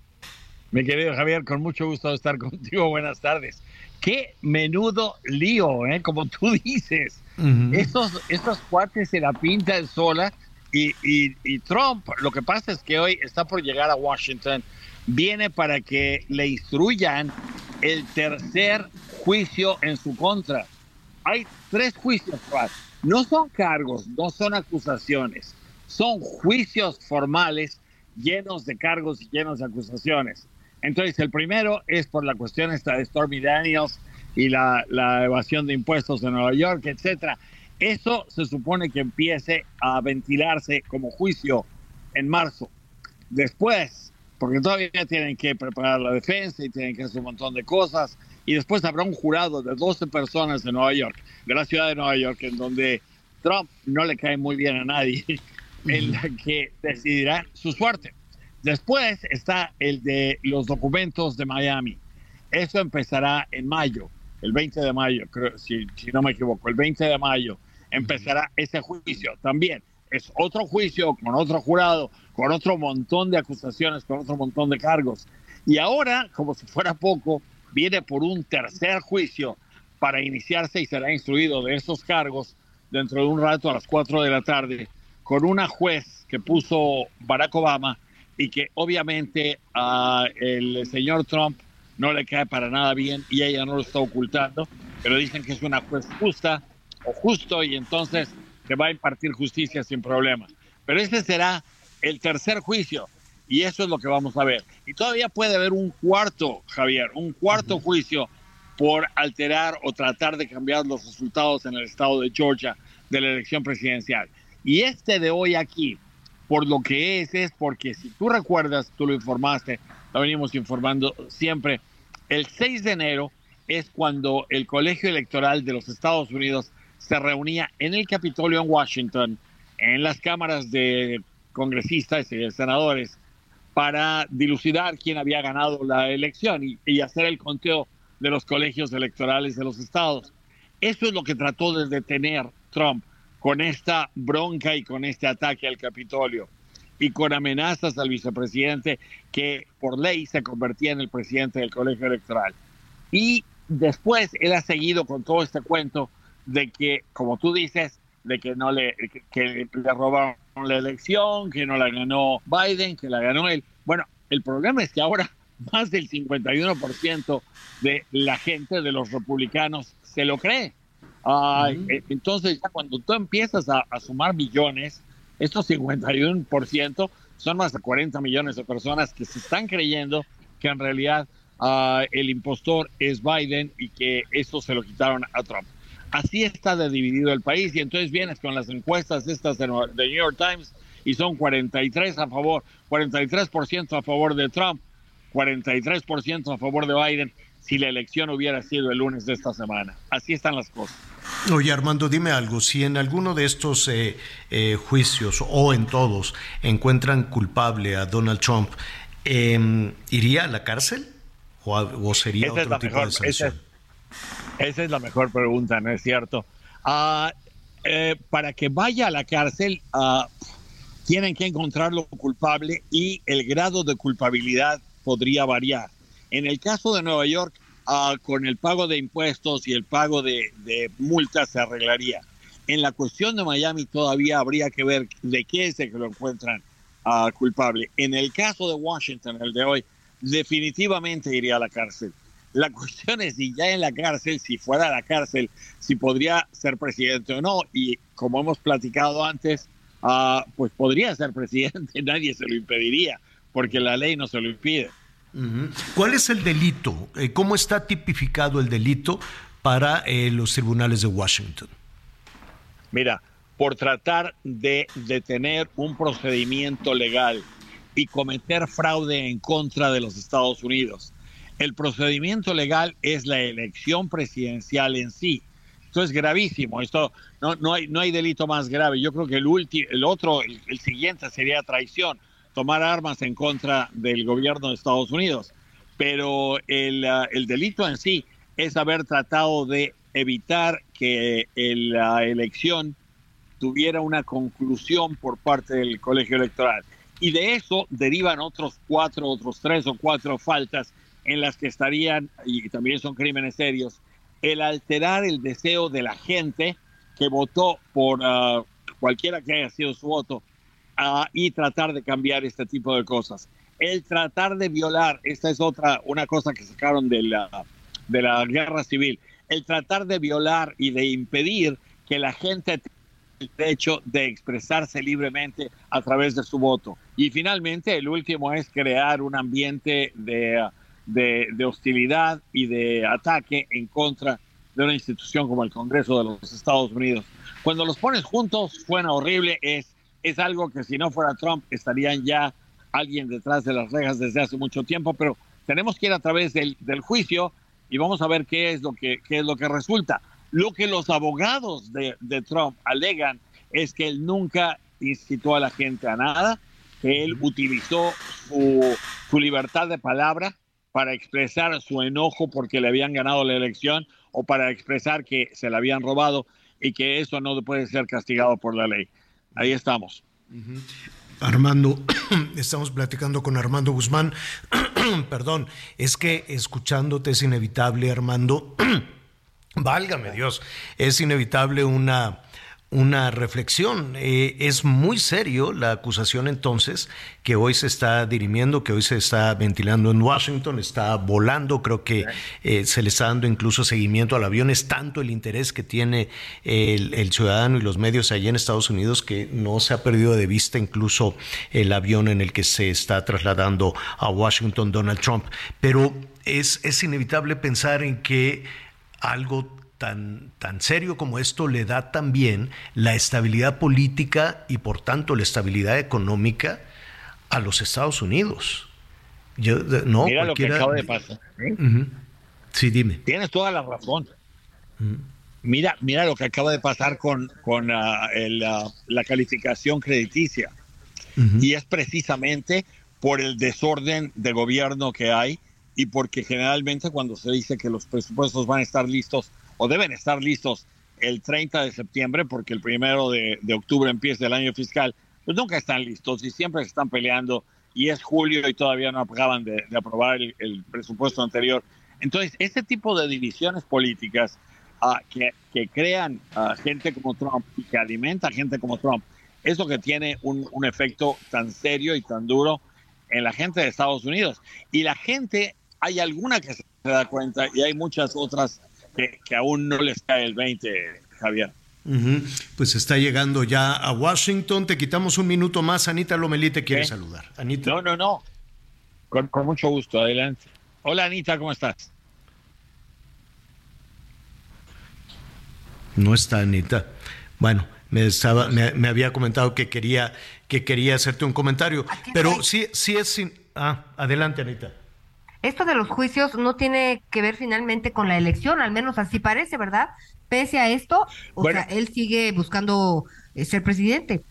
Mi querido Javier, con mucho gusto de estar contigo. Buenas tardes. Qué menudo lío, ¿eh? Como tú dices. Uh-huh. Estos, estos cuates se la pintan sola. Y, y, y Trump, lo que pasa es que hoy está por llegar a Washington, viene para que le instruyan el tercer juicio en su contra. Hay tres juicios, no son cargos, no son acusaciones, son juicios formales llenos de cargos y llenos de acusaciones. Entonces, el primero es por la cuestión esta de Stormy Daniels y la, la evasión de impuestos de Nueva York, etcétera. Eso se supone que empiece a ventilarse como juicio en marzo. Después, porque todavía tienen que preparar la defensa y tienen que hacer un montón de cosas, y después habrá un jurado de doce personas de Nueva York, de la ciudad de Nueva York, en donde Trump no le cae muy bien a nadie, en la que decidirá su suerte. Después está el de los documentos de Miami. Eso empezará en mayo. el veinte de mayo, creo, si, si no me equivoco, el veinte de mayo empezará ese juicio. También es otro juicio con otro jurado, con otro montón de acusaciones, con otro montón de cargos. Y ahora, como si fuera poco, viene por un tercer juicio para iniciarse y será instruido de esos cargos dentro de un rato a las cuatro de la tarde con una juez que puso Barack Obama y que obviamente a el señor Trump no le cae para nada bien y ella no lo está ocultando, pero dicen que es una juez justa o justo y entonces que va a impartir justicia sin problema. Pero ese será el tercer juicio y eso es lo que vamos a ver. Y todavía puede haber un cuarto, Javier, un cuarto uh-huh. juicio por alterar o tratar de cambiar los resultados en el estado de Georgia de la elección presidencial. Y este de hoy aquí, por lo que es, es porque si tú recuerdas, tú lo informaste, lo venimos informando siempre, el seis de enero es cuando el Colegio Electoral de los Estados Unidos se reunía en el Capitolio en Washington, en las cámaras de congresistas y de senadores, para dilucidar quién había ganado la elección y, y hacer el conteo de los colegios electorales de los estados. Eso es lo que trató de detener Trump con esta bronca y con este ataque al Capitolio y con amenazas al vicepresidente que por ley se convertía en el presidente del colegio electoral. Y después él ha seguido con todo este cuento de que, como tú dices, de que no le, que, que le robaron la elección, que no la ganó Biden, que la ganó él. Bueno, el problema es que ahora más del cincuenta y uno por ciento de la gente, de los republicanos, se lo cree. Uh, uh-huh. Entonces, ya cuando tú empiezas a, a sumar millones, estos cincuenta y uno por ciento son más de cuarenta millones de personas que se están creyendo que en realidad uh, el impostor es Biden y que esto se lo quitaron a Trump. Así está de dividido el país y entonces vienes con las encuestas estas de The New York Times y son cuarenta y tres a favor, cuarenta y tres por ciento a favor de Trump, cuarenta y tres por ciento a favor de Biden si la elección hubiera sido el lunes de esta semana. Así están las cosas. Oye, Armando, dime algo. Si en alguno de estos eh, eh, juicios o en todos encuentran culpable a Donald Trump, eh, ¿iría a la cárcel o, a, o sería esa otro tipo mejor, de sanción? Esa es, esa es la mejor pregunta, ¿no es cierto? Uh, eh, para que vaya a la cárcel, uh, tienen que encontrarlo culpable y el grado de culpabilidad podría variar. En el caso de Nueva York, uh, con el pago de impuestos y el pago de, de multas se arreglaría. En la cuestión de Miami todavía habría que ver de qué es de que lo encuentran uh, culpable. En el caso de Washington, el de hoy, definitivamente iría a la cárcel. La cuestión es si ya en la cárcel, si fuera a la cárcel, si podría ser presidente o no. Y como hemos platicado antes, uh, pues podría ser presidente, nadie se lo impediría, porque la ley no se lo impide. Uh-huh. ¿Cuál es el delito? ¿Cómo está tipificado el delito para eh, los tribunales de Washington? Mira, por tratar de detener un procedimiento legal y cometer fraude en contra de los Estados Unidos. El procedimiento legal es la elección presidencial en sí. Esto es gravísimo. Esto no, no hay no hay delito más grave. Yo creo que el último, el otro, el, el siguiente sería traición. Tomar armas en contra del gobierno de Estados Unidos. Pero el, uh, el delito en sí es haber tratado de evitar que el, la elección tuviera una conclusión por parte del colegio electoral. Y de eso derivan otros cuatro, otros tres o cuatro faltas en las que estarían, y también son crímenes serios, el alterar el deseo de la gente que votó por uh, cualquiera que haya sido su voto, Uh, y tratar de cambiar este tipo de cosas. El tratar de violar, esta es otra, una cosa que sacaron de la, de la guerra civil, el tratar de violar y de impedir que la gente tenga el derecho de expresarse libremente a través de su voto. Y finalmente, el último es crear un ambiente de, de, de hostilidad y de ataque en contra de una institución como el Congreso de los Estados Unidos. Cuando los pones juntos, suena horrible, es Es algo que si no fuera Trump estarían ya alguien detrás de las rejas desde hace mucho tiempo, pero tenemos que ir a través del, del juicio y vamos a ver qué es lo que, qué es lo que resulta. Lo que los abogados de, de Trump alegan es que él nunca incitó a la gente a nada, que él utilizó su, su libertad de palabra para expresar su enojo porque le habían ganado la elección o para expresar que se la habían robado y que eso no puede ser castigado por la ley. Ahí estamos. Uh-huh. Armando, estamos platicando con Armando Guzmán. Perdón, es que escuchándote es inevitable, Armando. Válgame Dios, es inevitable una... una reflexión. Eh, es muy serio la acusación entonces que hoy se está dirimiendo, que hoy se está ventilando en Washington, está volando, creo que eh, se le está dando incluso seguimiento al avión. Es tanto el interés que tiene el, el ciudadano y los medios allá en Estados Unidos que no se ha perdido de vista incluso el avión en el que se está trasladando a Washington Donald Trump. Pero es, es inevitable pensar en que algo Tan, tan serio como esto le da también la estabilidad política y por tanto la estabilidad económica a los Estados Unidos. Yo, no, Mira cualquiera... lo que acaba de pasar. ¿eh? Uh-huh. Sí, dime. Tienes toda la razón. Uh-huh. Mira, mira lo que acaba de pasar con, con uh, el, uh, la calificación crediticia. Uh-huh. Y es precisamente por el desorden de gobierno que hay y porque generalmente cuando se dice que los presupuestos van a estar listos o deben estar listos el treinta de septiembre, porque el primero de, de octubre empieza el año fiscal, pues nunca están listos y siempre se están peleando y es julio y todavía no acaban de, de aprobar el, el presupuesto anterior. Entonces, este tipo de divisiones políticas uh, que, que crean uh, gente como Trump y que alimenta gente como Trump, es lo que tiene un, un efecto tan serio y tan duro en la gente de Estados Unidos. Y la gente, hay alguna que se da cuenta y hay muchas otras Que, que aún no les cae el veinte, Javier. Uh-huh. Pues está llegando ya a Washington. Te quitamos un minuto más. Anita Lomelí te quiere ¿Eh? saludar. Anita. No, no, no. Con, con mucho gusto. Adelante. Hola, Anita, ¿cómo estás? No está Anita. Bueno, me, estaba, me, me había comentado que quería, que quería hacerte un comentario. Pero sí, sí es... Sin... Ah, adelante, Anita. Esto de los juicios no tiene que ver finalmente con la elección, al menos así parece, ¿verdad? Pese a esto, o bueno, sea, él sigue buscando eh, ser presidente.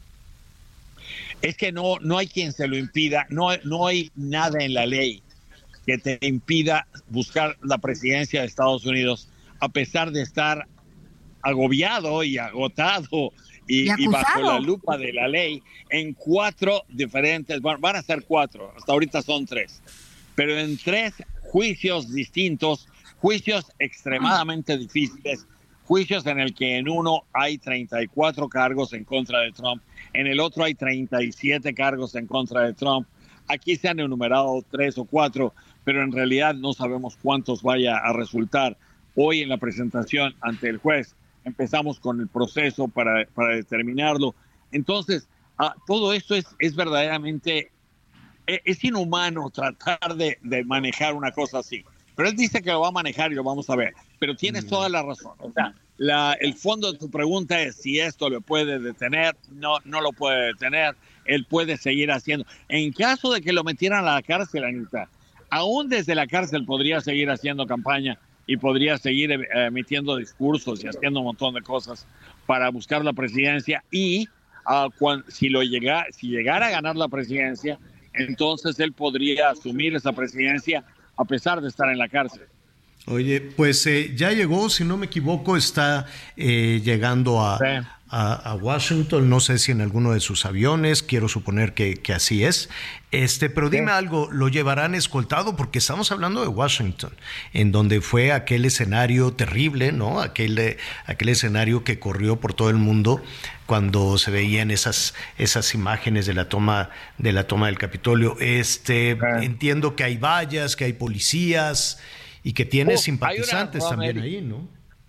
Es que no, no hay quien se lo impida, no, no hay nada en la ley que te impida buscar la presidencia de Estados Unidos, a pesar de estar agobiado y agotado y, y, y bajo la lupa de la ley en cuatro diferentes, bueno, van a ser cuatro, hasta ahorita son tres. Pero en tres juicios distintos, juicios extremadamente difíciles, juicios en el que en uno hay treinta y cuatro cargos en contra de Trump, en el otro hay treinta y siete cargos en contra de Trump. Aquí se han enumerado tres o cuatro, pero en realidad no sabemos cuántos vaya a resultar. Hoy en la presentación ante el juez empezamos con el proceso para, para determinarlo. Entonces, ah, todo esto es, es verdaderamente... Es inhumano tratar de, de manejar una cosa así. Pero él dice que lo va a manejar y lo vamos a ver. Pero tienes toda la razón. O sea, la, el fondo de tu pregunta es si esto lo puede detener. No, no lo puede detener. Él puede seguir haciendo. En caso de que lo metieran a la cárcel, Anita, aún desde la cárcel podría seguir haciendo campaña y podría seguir emitiendo discursos y haciendo un montón de cosas para buscar la presidencia. Y uh, cuando, si, lo llega, si llegara a ganar la presidencia, entonces él podría asumir esa presidencia a pesar de estar en la cárcel. Oye, pues eh, ya llegó, si no me equivoco, está eh, llegando a, sí. a, a Washington, no sé si en alguno de sus aviones, quiero suponer que, que así es, este, pero dime sí. algo, ¿lo llevarán escoltado? Porque estamos hablando de Washington, en donde fue aquel escenario terrible, ¿no? Aquel, eh, aquel escenario que corrió por todo el mundo cuando se veían esas, esas imágenes de la toma, de la toma del Capitolio. Este, sí. Entiendo que hay vallas, que hay policías y que tiene oh, simpatizantes también ahí, ¿no?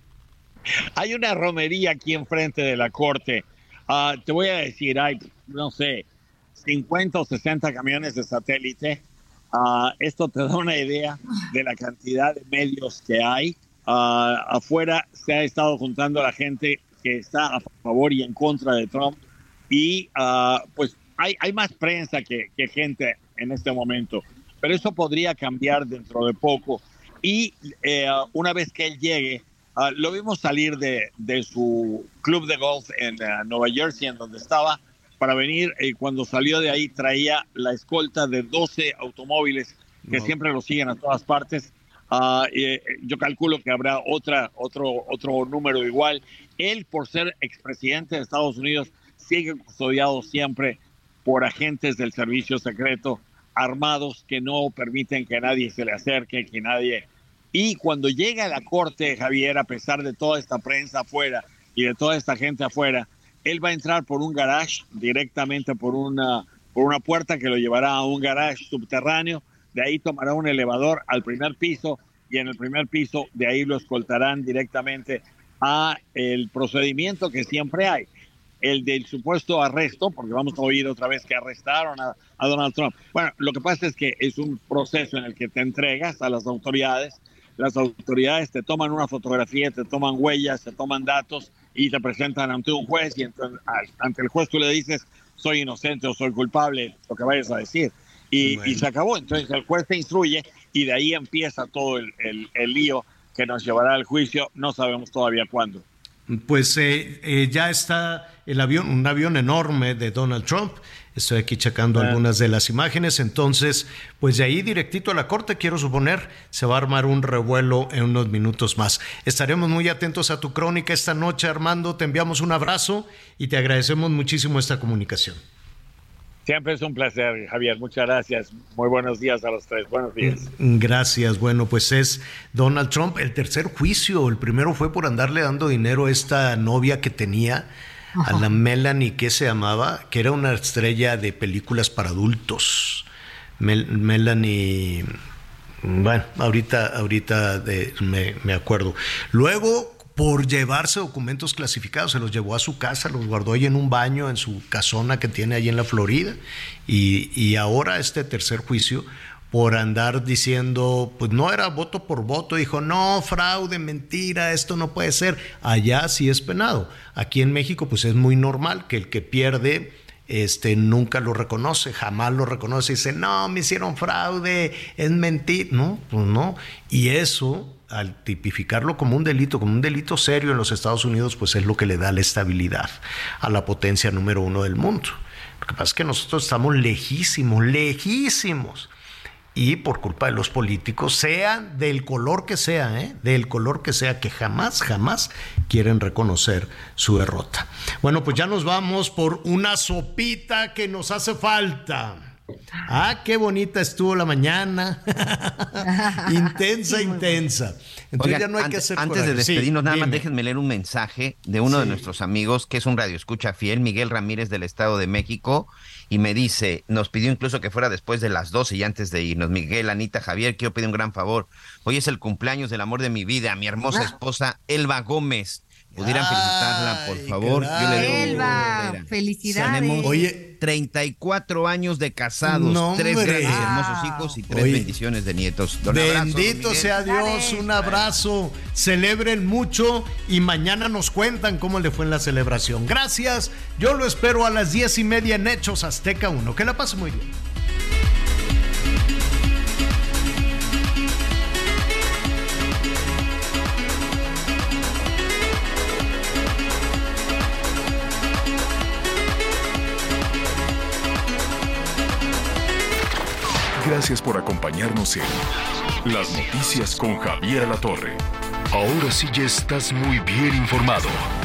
Hay una romería aquí enfrente de la corte. Uh, te voy a decir, hay, no sé, cincuenta o sesenta camiones de satélite. Uh, esto te da una idea de la cantidad de medios que hay. Uh, afuera se ha estado juntando la gente que está a favor y en contra de Trump. Y uh, pues hay, hay más prensa que, que gente en este momento. Pero eso podría cambiar dentro de poco. Y eh, una vez que él llegue, uh, lo vimos salir de, de su club de golf en uh, Nueva Jersey, en donde estaba, para venir. Y eh, cuando salió de ahí traía la escolta de doce automóviles que No. siempre lo siguen a todas partes. Uh, eh, yo calculo que habrá otra, otro, otro número igual. Él, por ser expresidente de Estados Unidos, sigue custodiado siempre por agentes del servicio secreto armados que no permiten que nadie se le acerque, que nadie... Y cuando llega a la corte, Javier, a pesar de toda esta prensa afuera y de toda esta gente afuera, él va a entrar por un garage, directamente por una, por una puerta que lo llevará a un garage subterráneo. De ahí tomará un elevador al primer piso y en el primer piso de ahí lo escoltarán directamente a el procedimiento que siempre hay, el del supuesto arresto, porque vamos a oír otra vez que arrestaron a, a Donald Trump. Bueno, lo que pasa es que es un proceso en el que te entregas a las autoridades, las autoridades te toman una fotografía, te toman huellas, te toman datos y te presentan ante un juez y entonces, ante el juez tú le dices soy inocente o soy culpable, lo que vayas a decir. Y, bueno. y se acabó. Entonces el juez te instruye y de ahí empieza todo el, el, el lío que nos llevará al juicio. No sabemos todavía cuándo. Pues eh, eh, ya está el avión, un avión enorme de Donald Trump. Estoy aquí checando ah. algunas de las imágenes. Entonces, pues de ahí directito a la corte, quiero suponer, se va a armar un revuelo en unos minutos más. Estaremos muy atentos a tu crónica esta noche, Armando. Te enviamos un abrazo y te agradecemos muchísimo esta comunicación. Siempre es un placer, Javier. Muchas gracias. Muy buenos días a los tres. Buenos días. Gracias. Bueno, pues es Donald Trump. El tercer juicio. El primero fue por andarle dando dinero a esta novia que tenía, Ajá. a la Melanie, ¿qué se llamaba? Que era una estrella de películas para adultos. Mel- Melanie... Bueno, ahorita, ahorita de, me, me acuerdo. Luego... por llevarse documentos clasificados, se los llevó a su casa, los guardó ahí en un baño en su casona que tiene ahí en la Florida, y, y ahora este tercer juicio por andar diciendo, pues no era voto por voto, dijo, no, fraude, mentira, esto no puede ser. Allá sí es penado. Aquí en México pues es muy normal que el que pierde este nunca lo reconoce, jamás lo reconoce, y dice, no, me hicieron fraude, es mentira. No, pues no. Y eso, al tipificarlo como un delito, como un delito serio en los Estados Unidos, pues es lo que le da la estabilidad a la potencia número uno del mundo. Lo que pasa es que nosotros estamos lejísimos, lejísimos. Y por culpa de los políticos, sean del color que sea, ¿eh? del color que sea, que jamás, jamás quieren reconocer su derrota. Bueno, pues ya nos vamos por una sopita que nos hace falta. Ah, qué bonita estuvo la mañana. intensa, sí, intensa. Entonces Oigan, ya no hay antes, que hacer Antes coraje. de despedirnos, sí, nada dime. más déjenme leer un mensaje de uno Sí. de nuestros amigos, que es un radioescucha fiel, Miguel Ramírez, del Estado de México, y me dice, nos pidió incluso que fuera después de las doce y antes de irnos. Miguel, Anita, Javier, quiero pedir un gran favor. Hoy es el cumpleaños del amor de mi vida, mi hermosa esposa, Elba Gómez. ¿Pudieran felicitarla, por favor? Yo le doy Elba, felicidades. Tenemos Oye, treinta y cuatro años de casados, No, tres hombre. grandes y hermosos hijos y tres Oye. bendiciones de nietos. Un abrazo, don Bendito Miguel. sea Dios, un abrazo, celebren mucho y mañana nos cuentan cómo le fue en la celebración. Gracias, yo lo espero a las diez y media en Hechos Azteca uno. Que la pase muy bien. Gracias por acompañarnos en Las Noticias con Javier Alatorre. Ahora sí ya estás muy bien informado.